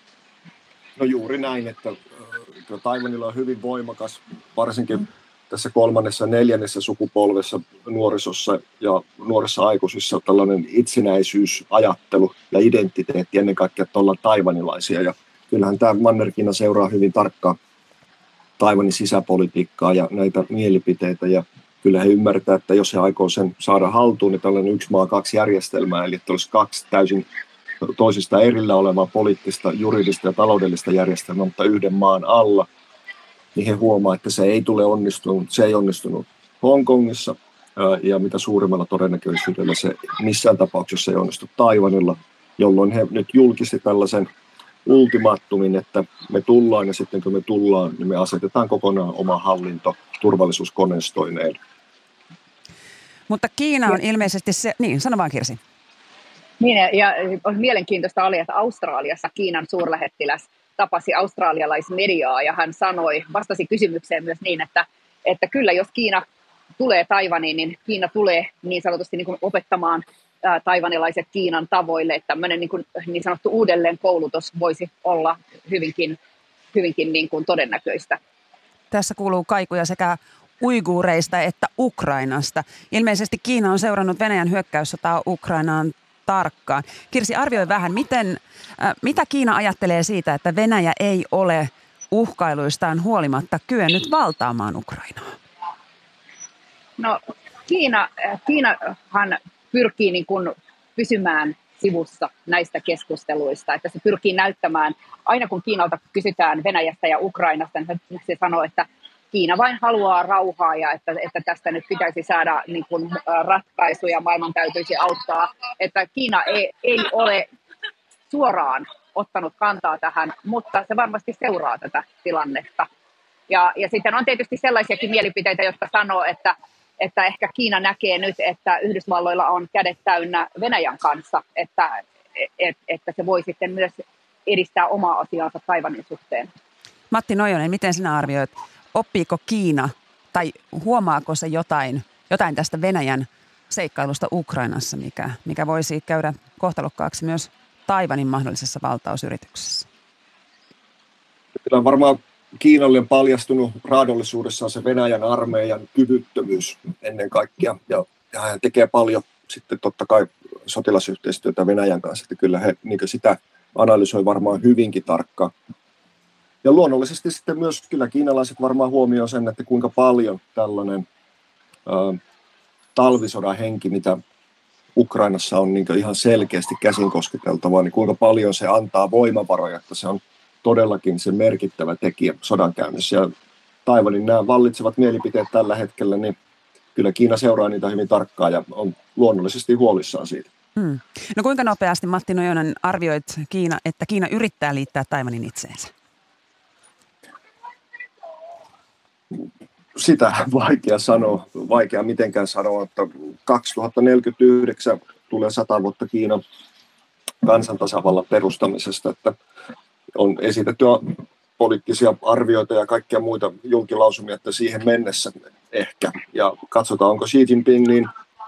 No juuri näin, että Taiwanilla on hyvin voimakas, varsinkin tässä kolmannessa ja neljännessä sukupolvessa nuorisossa ja nuorissa aikuisissa tällainen itsenäisyysajattelu ja identiteetti ennen kaikkea, että ollaan taivanilaisia. Ja kyllähän tämä Manner-Kiina seuraa hyvin tarkkaan Taiwanin sisäpolitiikkaa ja näitä mielipiteitä. Ja kyllä he ymmärtää, että jos he aikoo sen saada haltuun, niin tällainen yksi maa, kaksi järjestelmää, eli että olisi kaksi täysin toisista erillä olevaa poliittista, juridista ja taloudellista järjestelmää, mutta yhden maan alla, niin he huomaa, että se ei tule onnistunut. Se ei onnistunut Hongkongissa ja mitä suurimmalla todennäköisyydellä se missään tapauksessa ei onnistu Taiwanilla, jolloin he nyt julkisti tällaisen ultimaattumin, että me tullaan ja sitten kun me tullaan, niin me asetetaan kokonaan oma hallinto turvallisuuskoneistoineen. Mutta Kiina on ilmeisesti se, niin sano vaan Kirsi. Niin, ja on mielenkiintoista oli, että Australiassa Kiinan suurlähettiläs tapasi australialaismediaa ja hän sanoi, vastasi kysymykseen myös niin, että, että kyllä jos Kiina tulee Taiwaniin, niin Kiina tulee niin sanotusti niin kuin opettamaan ää, taiwanilaiset Kiinan tavoille, että tämmöinen niin, kuin, niin sanottu uudelleenkoulutus voisi olla hyvinkin, hyvinkin niin kuin todennäköistä. Tässä kuuluu kaikuja sekä uiguureista että Ukrainasta. Ilmeisesti Kiina on seurannut Venäjän hyökkäyssotaa Ukrainaan tarkkaan. Kirsi, arvioi vähän, miten, äh, mitä Kiina ajattelee siitä, että Venäjä ei ole uhkailuistaan huolimatta kyennyt valtaamaan Ukrainaa? No Kiina, Kiinahan pyrkii niin kuin pysymään sivussa näistä keskusteluista, että se pyrkii näyttämään, aina kun Kiinalta kysytään Venäjästä ja Ukrainasta, niin se sanoo, että Kiina vain haluaa rauhaa ja että, että tästä nyt pitäisi saada niin kuin ratkaisuja, maailman täytyisi auttaa. Että Kiina ei, ei ole suoraan ottanut kantaa tähän, mutta se varmasti seuraa tätä tilannetta. Ja, ja sitten on tietysti sellaisiakin mielipiteitä, jotka sanoo, että, että ehkä Kiina näkee nyt, että Yhdysvalloilla on kädet täynnä Venäjän kanssa, että, et, että se voi sitten myös edistää omaa asiaansa Taiwanin suhteen. Matti Nojonen, miten sinä arvioit? Oppiiko Kiina tai huomaako se jotain, jotain tästä Venäjän seikkailusta Ukrainassa, mikä, mikä voisi käydä kohtalokkaaksi myös Taiwanin mahdollisessa valtausyrityksessä? Kyllä varmaan Kiinalle on paljastunut raadollisuudessaan se Venäjän armeijan kyvyttömyys ennen kaikkea. Ja, ja hän tekee paljon sitten totta kai sotilasyhteistyötä Venäjän kanssa, että kyllä he niin sitä analysoi varmaan hyvinkin tarkkaan. Ja luonnollisesti sitten myös kyllä kiinalaiset varmaan huomioon sen, että kuinka paljon tällainen ä, talvisodan henki, mitä Ukrainassa on niin ihan selkeästi käsin kosketeltavaa, niin kuinka paljon se antaa voimavaroja, että se on todellakin se merkittävä tekijä sodankäynnissä. Ja Taiwanin nämä vallitsevat mielipiteet tällä hetkellä, niin kyllä Kiina seuraa niitä hyvin tarkkaan ja on luonnollisesti huolissaan siitä. Hmm. No kuinka nopeasti, Matti Nojonen, arvioit, Kiina, että Kiina yrittää liittää Taiwanin itseensä? Sitä vaikea sanoa, vaikea mitenkään sanoa, että kaksituhattaneljäkymmentäyhdeksän tulee sata vuotta Kiinan kansantasavallan perustamisesta, että on esitetty poliittisia arvioita ja kaikkia muita julkilausumia, että siihen mennessä ehkä. Ja katsotaan, onko Xi Jinping niin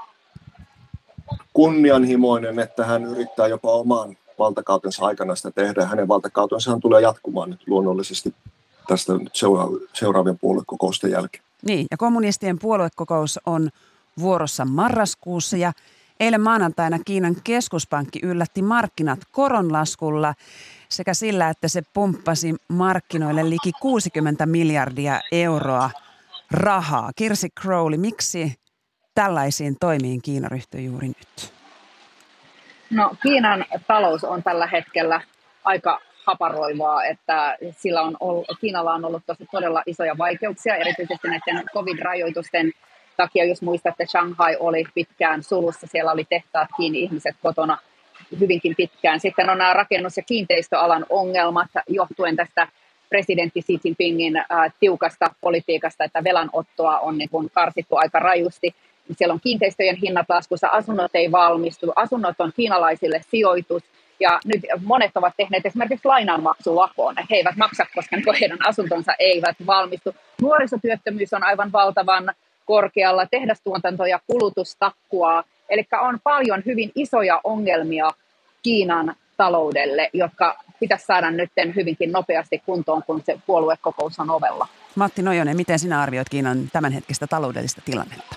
kunnianhimoinen, että hän yrittää jopa oman valtakautensa aikana sitä tehdä. Hänen valtakautensahan tulee jatkumaan nyt luonnollisesti tästä seura- seuraavien puoluekokousten jälkeen. Niin, ja kommunistien puoluekokous on vuorossa marraskuussa ja eilen maanantaina Kiinan keskuspankki yllätti markkinat koronlaskulla sekä sillä, että se pumppasi markkinoille liki kuusikymmentä miljardia euroa rahaa. Kirsi Crowley, miksi tällaisiin toimiin Kiina ryhtyy juuri nyt? No, Kiinan talous on tällä hetkellä aika haparoivaa, että sillä on ollut, Kiinalla on ollut tosi todella isoja vaikeuksia, erityisesti näiden covid-rajoitusten takia, jos muistatte, Shanghai oli pitkään sulussa, siellä oli tehtaat kiinni, ihmiset kotona hyvinkin pitkään. Sitten on nämä rakennus- ja kiinteistöalan ongelmat johtuen tästä presidentti Xi Jinpingin äh, tiukasta politiikasta, että velanottoa on niin kuin karsittu aika rajusti. Siellä on kiinteistöjen hinnat laskussa, asunnot ei valmistu, asunnot on kiinalaisille sijoitus. Ja nyt monet ovat tehneet esimerkiksi lainanmaksulakon. He eivät maksa, koska heidän asuntonsa eivät valmistu. Nuorisotyöttömyys on aivan valtavan korkealla, tehdastuotanto ja kulutus takkuaa. Eli on paljon hyvin isoja ongelmia Kiinan taloudelle, jotka pitäisi saada nyt hyvinkin nopeasti kuntoon, kun se puoluekokous on ovella. Matti Nojonen, miten sinä arvioit Kiinan tämänhetkistä taloudellista tilannetta?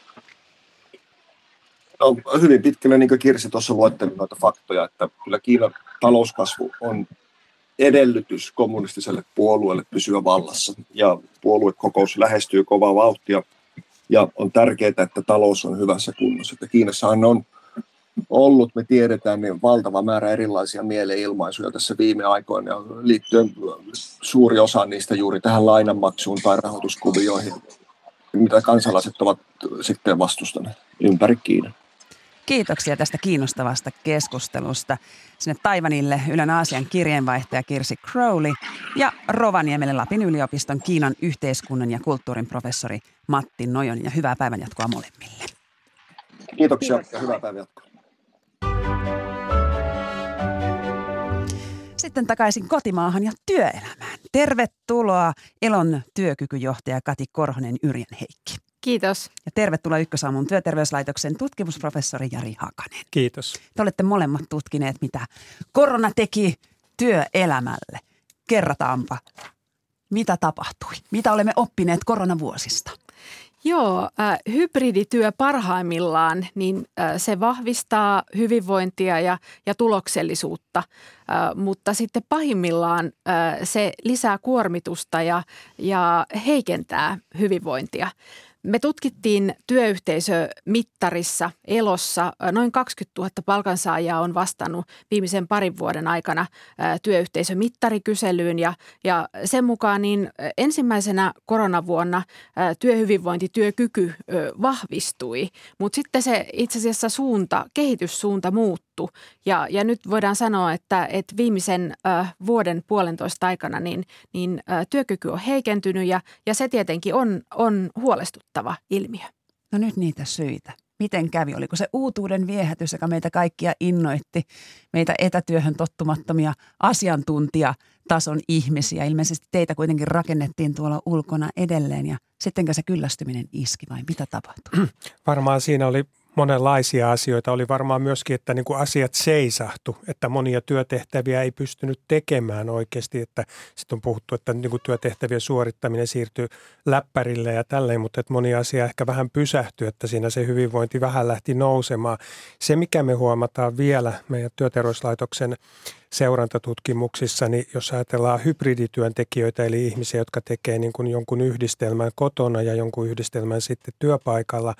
No, hyvin pitkälle, niin kuin Kirsi tuossa luetteli noita faktoja, että kyllä Kiinan talouskasvu on edellytys kommunistiselle puolueelle pysyä vallassa. Ja puoluekokous lähestyy kovaa vauhtia ja on tärkeää, että talous on hyvässä kunnossa. Että Kiinassahan on ollut, me tiedetään, niin valtava määrä erilaisia mielenilmaisuja tässä viime aikoina ja liittyen suuri osa niistä juuri tähän lainanmaksuun tai rahoituskuvioihin, mitä kansalaiset ovat sitten vastustaneet ympäri Kiinan. Kiitoksia tästä kiinnostavasta keskustelusta. Sinne Taiwanille Ylen Aasian kirjeenvaihtaja Kirsi Crowley ja Rovaniemelle Lapin yliopiston Kiinan yhteiskunnan ja kulttuurin professori Matti Nojonen. Ja hyvää päivänjatkoa molemmille. Kiitoksia ja hyvää päivänjatkoa. Sitten takaisin kotimaahan ja työelämään. Tervetuloa Elon työkykyjohtaja Kati Korhonen-Yrjänheikki. Kiitos. Ja tervetuloa Ykkösaamun työterveyslaitoksen tutkimusprofessori Jari Hakanen. Kiitos. Te olette molemmat tutkineet, mitä korona teki työelämälle. Kerrataanpa, mitä tapahtui? Mitä olemme oppineet koronavuosista? Joo, äh, hybridityö parhaimmillaan, niin äh, se vahvistaa hyvinvointia ja, ja tuloksellisuutta, äh, mutta sitten pahimmillaan äh, se lisää kuormitusta ja, ja heikentää hyvinvointia. Me tutkittiin työyhteisömittarissa Elossa. Noin kaksikymmentätuhatta palkansaajaa on vastannut viimeisen parin vuoden aikana työyhteisömittarikyselyyn ja, ja sen mukaan niin ensimmäisenä koronavuonna työhyvinvointi, työkyky vahvistui, mutta sitten se itse asiassa suunta, kehityssuunta muuttui ja, ja nyt voidaan sanoa, että, että viimeisen äh, vuoden puolentoista aikana niin, niin äh, työkyky on heikentynyt ja, ja se tietenkin on, on huolestuttava ilmiö. No nyt niitä syitä. Miten kävi? Oliko se uutuuden viehätys, joka meitä kaikkia innoitti, meitä etätyöhön tottumattomia asiantuntijatason ihmisiä? Ilmeisesti teitä kuitenkin rakennettiin tuolla ulkona edelleen ja sittenkö se kyllästyminen iski vai mitä tapahtui? Varmaan siinä oli monenlaisia asioita. Oli varmaan myöskin, että niin kuin asiat seisahtu, että monia työtehtäviä ei pystynyt tekemään oikeasti. Että sitten on puhuttu, että niin kuin työtehtävien suorittaminen siirtyi läppärille ja tälleen, mutta että moni asia ehkä vähän pysähtyi, että siinä se hyvinvointi vähän lähti nousemaan. Se, mikä me huomataan vielä meidän työterveyslaitoksen seurantatutkimuksissa, niin jos ajatellaan hybridityöntekijöitä, eli ihmisiä, jotka tekee niin kuin jonkun yhdistelmän kotona ja jonkun yhdistelmän sitten työpaikalla,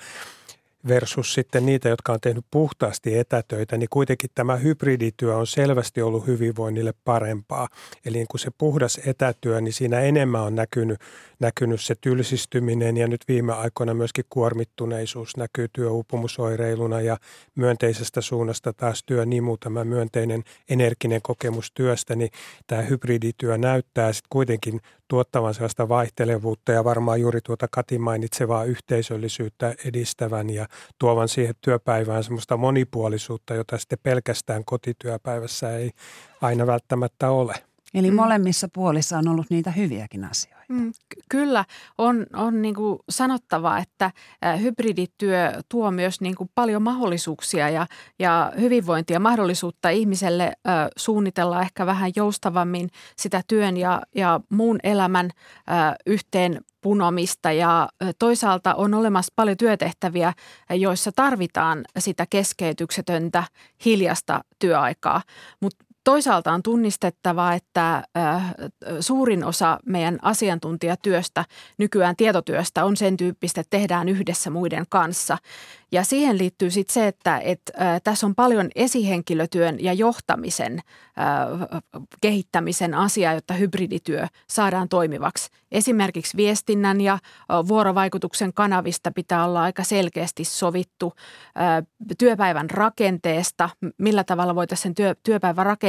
versus sitten niitä, jotka on tehnyt puhtaasti etätöitä, niin kuitenkin tämä hybridityö on selvästi ollut hyvinvoinnille parempaa. Eli kun se puhdas etätyö, niin siinä enemmän on näkynyt, näkynyt se tylsistyminen ja nyt viime aikoina myöskin kuormittuneisuus näkyy työuupumusoireiluna ja myönteisestä suunnasta taas työnimu, tämä myönteinen energinen kokemus työstä, niin tämä hybridityö näyttää sitten kuitenkin tuottavan sellaista vaihtelevuutta ja varmaan juuri tuota Katin mainitsevaa yhteisöllisyyttä edistävän ja tuovan siihen työpäivään semmoista monipuolisuutta, jota sitten pelkästään kotityöpäivässä ei aina välttämättä ole. Eli molemmissa puolissa on ollut niitä hyviäkin asioita. Mm, kyllä on, on niin kuin sanottava, että hybridityö tuo myös niin kuin paljon mahdollisuuksia ja, ja hyvinvointia, mahdollisuutta ihmiselle ö, suunnitella ehkä vähän joustavammin sitä työn ja, ja muun elämän ö, yhteen punomista ja toisaalta on olemassa paljon työtehtäviä, joissa tarvitaan sitä keskeytyksetöntä hiljasta työaikaa, mutta toisaalta on tunnistettava, että suurin osa meidän asiantuntijatyöstä, nykyään tietotyöstä, on sen tyyppistä, että tehdään yhdessä muiden kanssa. Ja siihen liittyy sitten se, että, että tässä on paljon esihenkilötyön ja johtamisen kehittämisen asiaa, jotta hybridityö saadaan toimivaksi. Esimerkiksi viestinnän ja vuorovaikutuksen kanavista pitää olla aika selkeästi sovittu työpäivän rakenteesta, millä tavalla voitaisiin sen työ, työpäivän rakenteesta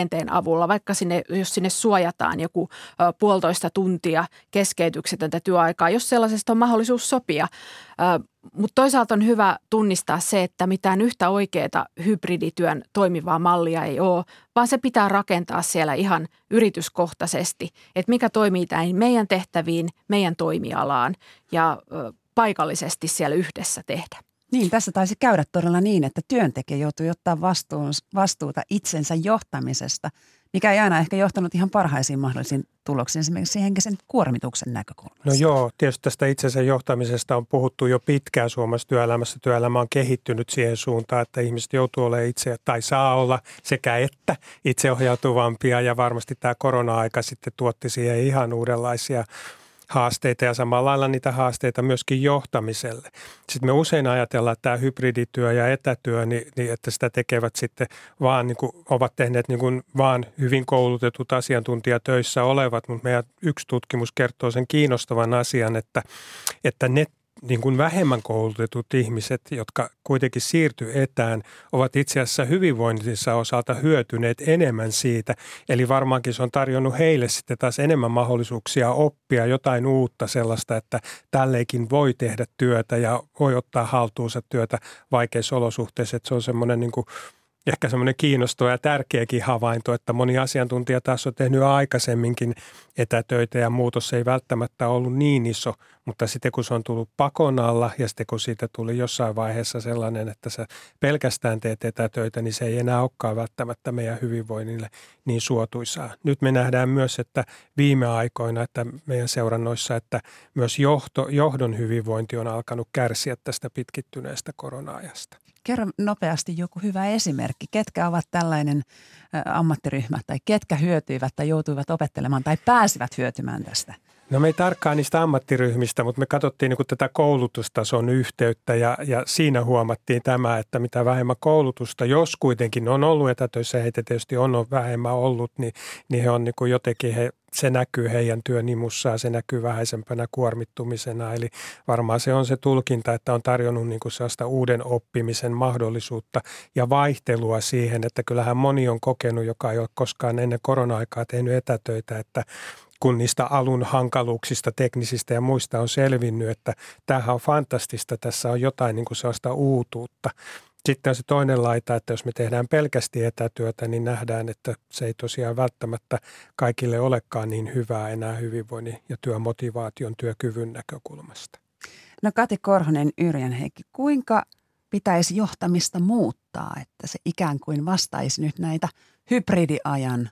rakenteen avulla, vaikka sinne, jos sinne suojataan joku ö, puolitoista tuntia keskeytyksetöntä työaikaa, jos sellaisesta on mahdollisuus sopia. Mutta toisaalta on hyvä tunnistaa se, että mitään yhtä oikeaa hybridityön toimivaa mallia ei ole, vaan se pitää rakentaa siellä ihan yrityskohtaisesti, että mikä toimii näihin meidän tehtäviin, meidän toimialaan ja ö, paikallisesti siellä yhdessä tehdä. Niin, tässä taisi käydä todella niin, että työntekijä joutui ottaa vastuun, vastuuta itsensä johtamisesta, mikä ei aina ehkä johtanut ihan parhaisiin mahdollisiin tuloksiin esimerkiksi henkisen kuormituksen näkökulmasta. No joo, tietysti tästä itsensä johtamisesta on puhuttu jo pitkään Suomessa työelämässä. Työelämä on kehittynyt siihen suuntaan, että ihmiset joutuu olemaan itse tai saa olla sekä että itseohjautuvampia ja varmasti tämä korona-aika sitten tuotti siihen ihan uudenlaisia haasteita ja samalla lailla niitä haasteita myöskin johtamiselle. Sitten me usein ajatellaan, että tämä hybridityö ja etätyö, niin, niin että sitä tekevät sitten vaan, niin kuin, ovat tehneet niin kuin vaan hyvin koulutetut asiantuntijatöissä olevat, mutta meidän yksi tutkimus kertoo sen kiinnostavan asian, että, että ne niin kuin vähemmän koulutetut ihmiset, jotka kuitenkin siirtyy etään, ovat itse asiassa hyvinvointinsa osalta hyötyneet enemmän siitä. Eli varmaankin se on tarjonnut heille sitten taas enemmän mahdollisuuksia oppia jotain uutta sellaista, että tälleenkin voi tehdä työtä ja voi ottaa haltuunsa työtä vaikeissa olosuhteissa. Että se on semmoinen niin kuin ehkä semmoinen kiinnostava ja tärkeäkin havainto, että moni asiantuntija taas on tehnyt aikaisemminkin etätöitä ja muutos ei välttämättä ollut niin iso, mutta sitten kun se on tullut pakon alla ja sitten kun siitä tuli jossain vaiheessa sellainen, että sä pelkästään teet etätöitä, niin se ei enää olekaan välttämättä meidän hyvinvoinnille niin suotuisaa. Nyt me nähdään myös, että viime aikoina, että meidän seurannoissa, että myös johto, johdon hyvinvointi on alkanut kärsiä tästä pitkittyneestä korona-ajasta. Kerro nopeasti joku hyvä esimerkki. Ketkä ovat tällainen ammattiryhmä tai ketkä hyötyivät tai joutuivat opettelemaan tai pääsivät hyötymään tästä? No me ei tarkkaan niistä ammattiryhmistä, mutta me katsottiin niin kuin tätä koulutustason yhteyttä ja, ja siinä huomattiin tämä, että mitä vähemmän koulutusta, jos kuitenkin on ollut etätöissä, heitä tietysti on vähemmän ollut, niin, niin he on niin kuin jotenkin, he, se näkyy heidän työnimussaan, se näkyy vähäisempänä kuormittumisena. Eli varmaan se on se tulkinta, että on tarjonnut niin kuin sellaista uuden oppimisen mahdollisuutta ja vaihtelua siihen, että kyllähän moni on kokenut, joka ei ole koskaan ennen korona-aikaa tehnyt etätöitä, että kun niistä alun hankaluuksista, teknisistä ja muista on selvinnyt, että tämähän on fantastista, tässä on jotain niin kuin sellaista uutuutta. Sitten on se toinen laita, että jos me tehdään pelkästään etätyötä, niin nähdään, että se ei tosiaan välttämättä kaikille olekaan niin hyvää enää hyvinvoinnin ja työmotivaation, työkyvyn näkökulmasta. No Kati Korhonen, Yrjän Heikki, kuinka pitäisi johtamista muuttaa, että se ikään kuin vastaisi nyt näitä hybridiajan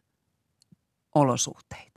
olosuhteita?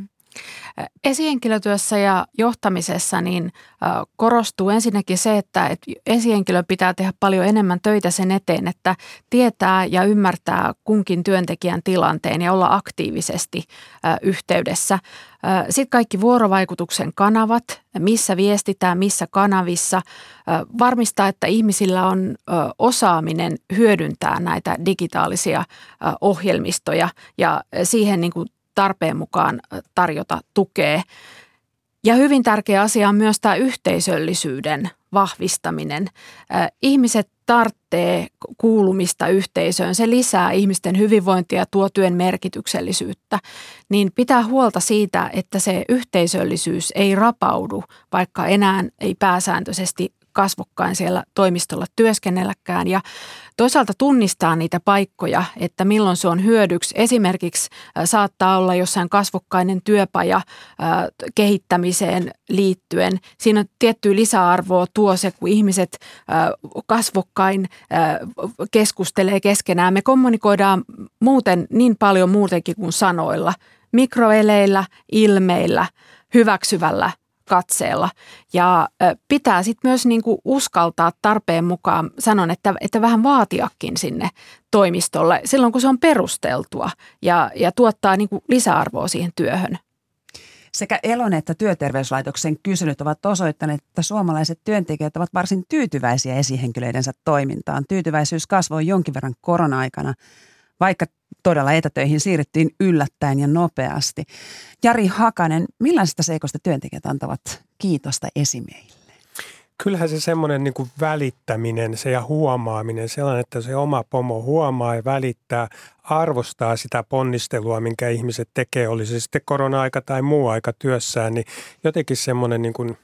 Esihenkilötyössä ja johtamisessa niin korostuu ensinnäkin se, että esihenkilö pitää tehdä paljon enemmän töitä sen eteen, että tietää ja ymmärtää kunkin työntekijän tilanteen ja olla aktiivisesti yhteydessä. Sitten kaikki vuorovaikutuksen kanavat, missä viestitään, missä kanavissa, varmistaa, että ihmisillä on osaaminen hyödyntää näitä digitaalisia ohjelmistoja ja siihen niin kuin tarpeen mukaan tarjota tukea. Ja hyvin tärkeä asia on myös tämä yhteisöllisyyden vahvistaminen. Ihmiset tarvitsee kuulumista yhteisöön. Se lisää ihmisten hyvinvointia ja tuo työn merkityksellisyyttä. Niin pitää huolta siitä, että se yhteisöllisyys ei rapaudu, vaikka enää ei pääsääntöisesti kasvokkain siellä toimistolla työskennelläkään ja toisaalta tunnistaa niitä paikkoja, että milloin se on hyödyksi. Esimerkiksi saattaa olla jossain kasvokkainen työpaja kehittämiseen liittyen. Siinä on tiettyä lisäarvoa tuo se, kun ihmiset kasvokkain keskustelee keskenään. Me kommunikoidaan muuten niin paljon muutenkin kuin sanoilla, mikroeleillä, ilmeillä, hyväksyvällä katseella ja pitää sitten myös niinku uskaltaa tarpeen mukaan, sanon, että, että vähän vaatiakin sinne toimistolle silloin, kun se on perusteltua ja, ja tuottaa niinku lisäarvoa siihen työhön. Sekä Elon että Työterveyslaitoksen kyselyt ovat osoittaneet, että suomalaiset työntekijät ovat varsin tyytyväisiä esihenkilöidensä toimintaan. Tyytyväisyys kasvoi jonkin verran korona-aikana, vaikka todella etätöihin siirryttiin yllättäen ja nopeasti. Jari Hakanen, millaisista seikoista työntekijät antavat kiitosta esimiehille? kyllähän se semmoinen niin kuin välittäminen se ja huomaaminen, sellainen, että se oma pomo huomaa ja välittää, arvostaa sitä ponnistelua, minkä ihmiset tekee, oli se sitten korona-aika tai muu aika työssään, niin jotenkin semmoinen niin kuin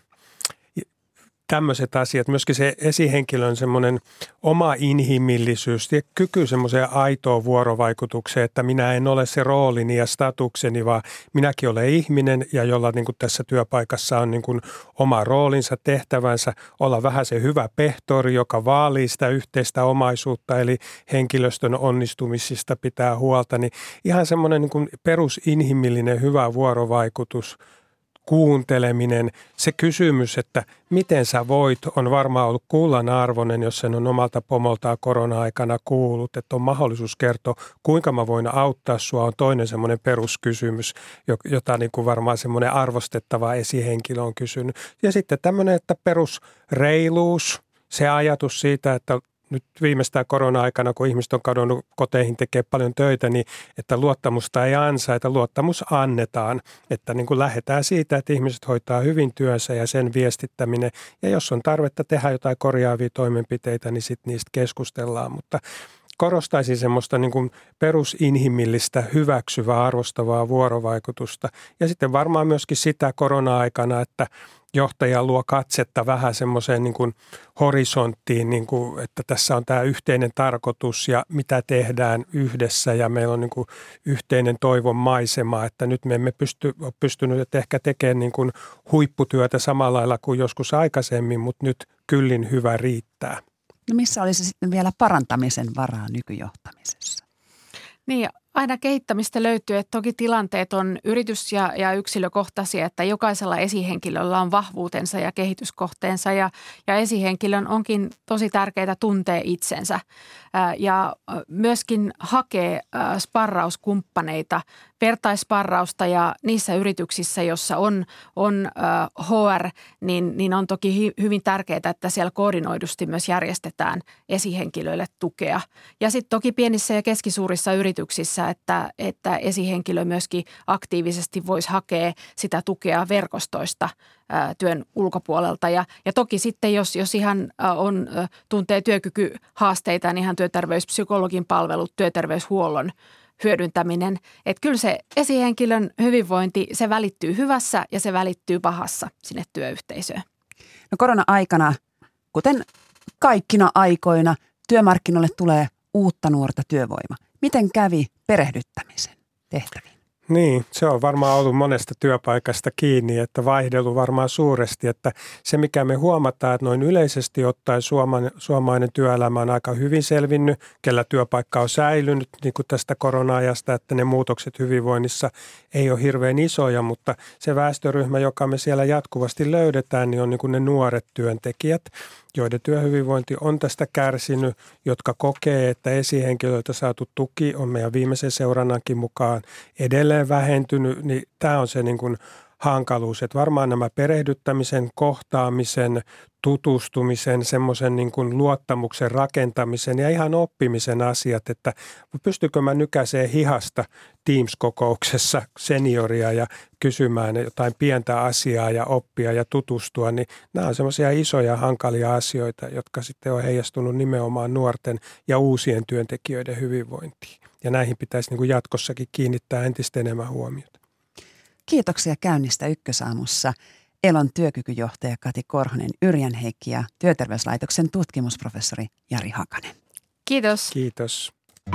tämmöiset asiat, myöskin se esihenkilön semmoinen oma inhimillisyys ja kyky semmoiseen aitoon vuorovaikutukseen, että minä en ole se roolini ja statukseni, vaan minäkin olen ihminen ja jolla niin kuin tässä työpaikassa on niin kuin oma roolinsa, tehtävänsä, olla vähän se hyvä pehtori, joka vaalii sitä yhteistä omaisuutta, eli henkilöstön onnistumisista pitää huolta, niin ihan semmoinen niin kuin perusinhimillinen hyvä vuorovaikutus, kuunteleminen, se kysymys, että miten sä voit, on varmaan ollut kullanarvoinen, jos sen on omalta pomoltaan korona-aikana kuullut, että on mahdollisuus kertoa, kuinka mä voin auttaa sua, on toinen semmoinen peruskysymys, jota niin kuin varmaan semmoinen arvostettava esihenkilö on kysynyt. Ja sitten tämmöinen, että perusreiluus, se ajatus siitä, että nyt viimeistään korona-aikana, kun ihmiset on kadonnut koteihin tekee paljon töitä, niin että luottamusta ei ansaita, luottamus annetaan. Että niin kuin lähdetään siitä, että ihmiset hoitaa hyvin työnsä ja sen viestittäminen. Ja jos on tarvetta tehdä jotain korjaavia toimenpiteitä, niin sitten niistä keskustellaan. Mutta korostaisin semmoista niin kuin perusinhimillistä, hyväksyvää, arvostavaa vuorovaikutusta. Ja sitten varmaan myöskin sitä korona-aikana, että johtaja luo katsetta vähän semmoiseen niin kuin horisonttiin, niin kuin, että tässä on tämä yhteinen tarkoitus ja mitä tehdään yhdessä ja meillä on niin kuin yhteinen toivon maisema, että nyt me emme pysty, ole pystynyt ehkä tekemään niin kuin huipputyötä samalla lailla kuin joskus aikaisemmin, mutta nyt kyllin hyvä riittää. No missä olisi sitten vielä parantamisen varaa nykyjohtamisessa? Niin, aina kehittämistä löytyy, että toki tilanteet on yritys- ja, ja yksilökohtaisia, että jokaisella esihenkilöllä on vahvuutensa ja kehityskohteensa ja, ja esihenkilön onkin tosi tärkeää tuntea itsensä ää, ja myöskin hakea ää, sparrauskumppaneita, vertaisparrausta ja niissä yrityksissä, jossa on, on ää, H R, niin, niin on toki hi, hyvin tärkeää, että siellä koordinoidusti myös järjestetään esihenkilöille tukea. Ja sitten toki pienissä ja keskisuurissa yrityksissä, että, että esihenkilö myöskin aktiivisesti voisi hakea sitä tukea verkostoista ää, työn ulkopuolelta. Ja, ja toki sitten, jos, jos ihan on, tuntee työkykyhaasteita, niin ihan työterveyspsykologin palvelut, työterveyshuollon hyödyntäminen. Että kyllä se esihenkilön hyvinvointi, se välittyy hyvässä ja se välittyy pahassa sinne työyhteisöön. No korona-aikana, kuten kaikkina aikoina, työmarkkinoille tulee uutta nuorta työvoimaa. Miten kävi perehdyttämisen tehtäviin? Niin, se on varmaan ollut monesta työpaikasta kiinni, että vaihdelu varmaan suuresti, että se mikä me huomataan, että noin yleisesti ottaen suomalainen, suomalainen työelämä on aika hyvin selvinnyt, kellä työpaikka on säilynyt niin kuin tästä korona-ajasta, että ne muutokset hyvinvoinnissa ei ole hirveän isoja, mutta se väestöryhmä, joka me siellä jatkuvasti löydetään, niin on niin kuin ne nuoret työntekijät, joiden työhyvinvointi on tästä kärsinyt, jotka kokee, että esihenkilöiltä saatu tuki on meidän viimeisen seurannankin mukaan edelleen vähentynyt, niin tämä on se niin kuin hankaluus, että varmaan nämä perehdyttämisen, kohtaamisen, tutustumisen, semmoisen niin kuin luottamuksen rakentamisen ja ihan oppimisen asiat, että pystykö mä nykäiseen hihasta Teams-kokouksessa senioria ja kysymään jotain pientä asiaa ja oppia ja tutustua, niin nämä on semmoisia isoja hankalia asioita, jotka sitten on heijastunut nimenomaan nuorten ja uusien työntekijöiden hyvinvointiin. Ja näihin pitäisi niin kuin jatkossakin kiinnittää entistä enemmän huomiota. Kiitoksia käynnistä Ykkösaamussa. Elon työkykyjohtaja Kati Korhonen, Yrjän Heikki ja Työterveyslaitoksen tutkimusprofessori Jari Hakanen. Kiitos. Kiitos.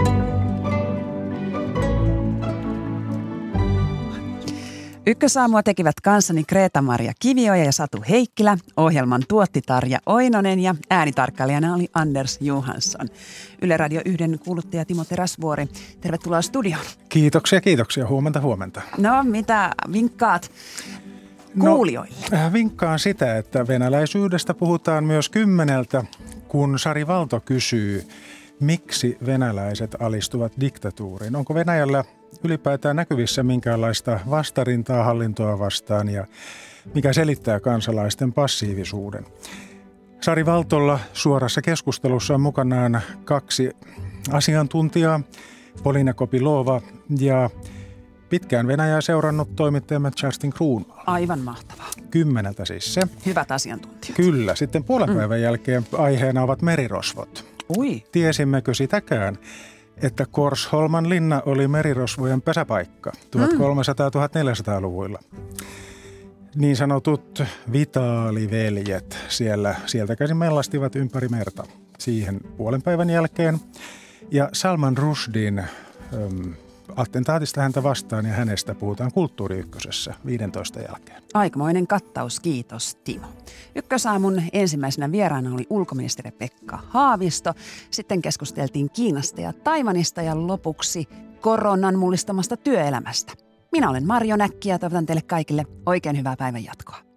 Ykkösaamua tekivät kanssani Kreta-Maria Kivioja ja Satu Heikkilä. Ohjelman tuotti Tarja Oinonen ja äänitarkkailijana oli Anders Johansson. Yle Radio yhden kuuluttaja Timo Teräsvuori. Tervetuloa studioon. Kiitoksia, kiitoksia. Huomenta, huomenta. No, mitä vinkkaat kuulijoille? No, vinkkaan sitä, että venäläisyydestä puhutaan myös kymmeneltä, kun Sari Valto kysyy, miksi venäläiset alistuvat diktatuuriin. Onko Venäjällä ylipäätään näkyvissä minkäänlaista vastarintaa hallintoa vastaan ja mikä selittää kansalaisten passiivisuuden. Sari Valtolla suorassa keskustelussa on mukanaan kaksi asiantuntijaa, Polina Kopilova ja Pitkään Venäjää seurannut toimittajamme Justin Kruunmaa. Aivan mahtavaa. Kymmeneltä siis se. Hyvät asiantuntijat. Kyllä. Sitten puolen Mm. päivän jälkeen aiheena ovat merirosvot. Ui. Tiesimmekö sitäkään, että Korsholman linna oli merirosvojen pesäpaikka tuhatkolmesataa-tuhatneljäsataa-luvuilla? Niin sanotut vitaaliveljet siellä, sieltä käsin mellastivat ympäri merta siihen puolen päivän jälkeen. Ja Salman Rushdin äm, attentaatista häntä vastaan ja hänestä puhutaan Kulttuuri Ykkösessä viidentoista jälkeen. Aikamoinen kattaus, kiitos Timo. Ykkösaamun ensimmäisenä vieraana oli ulkoministeri Pekka Haavisto. Sitten keskusteltiin Kiinasta ja Taiwanista ja lopuksi koronan mullistamasta työelämästä. Minä olen Marjo Näkki ja toivotan teille kaikille oikein hyvää päivän jatkoa.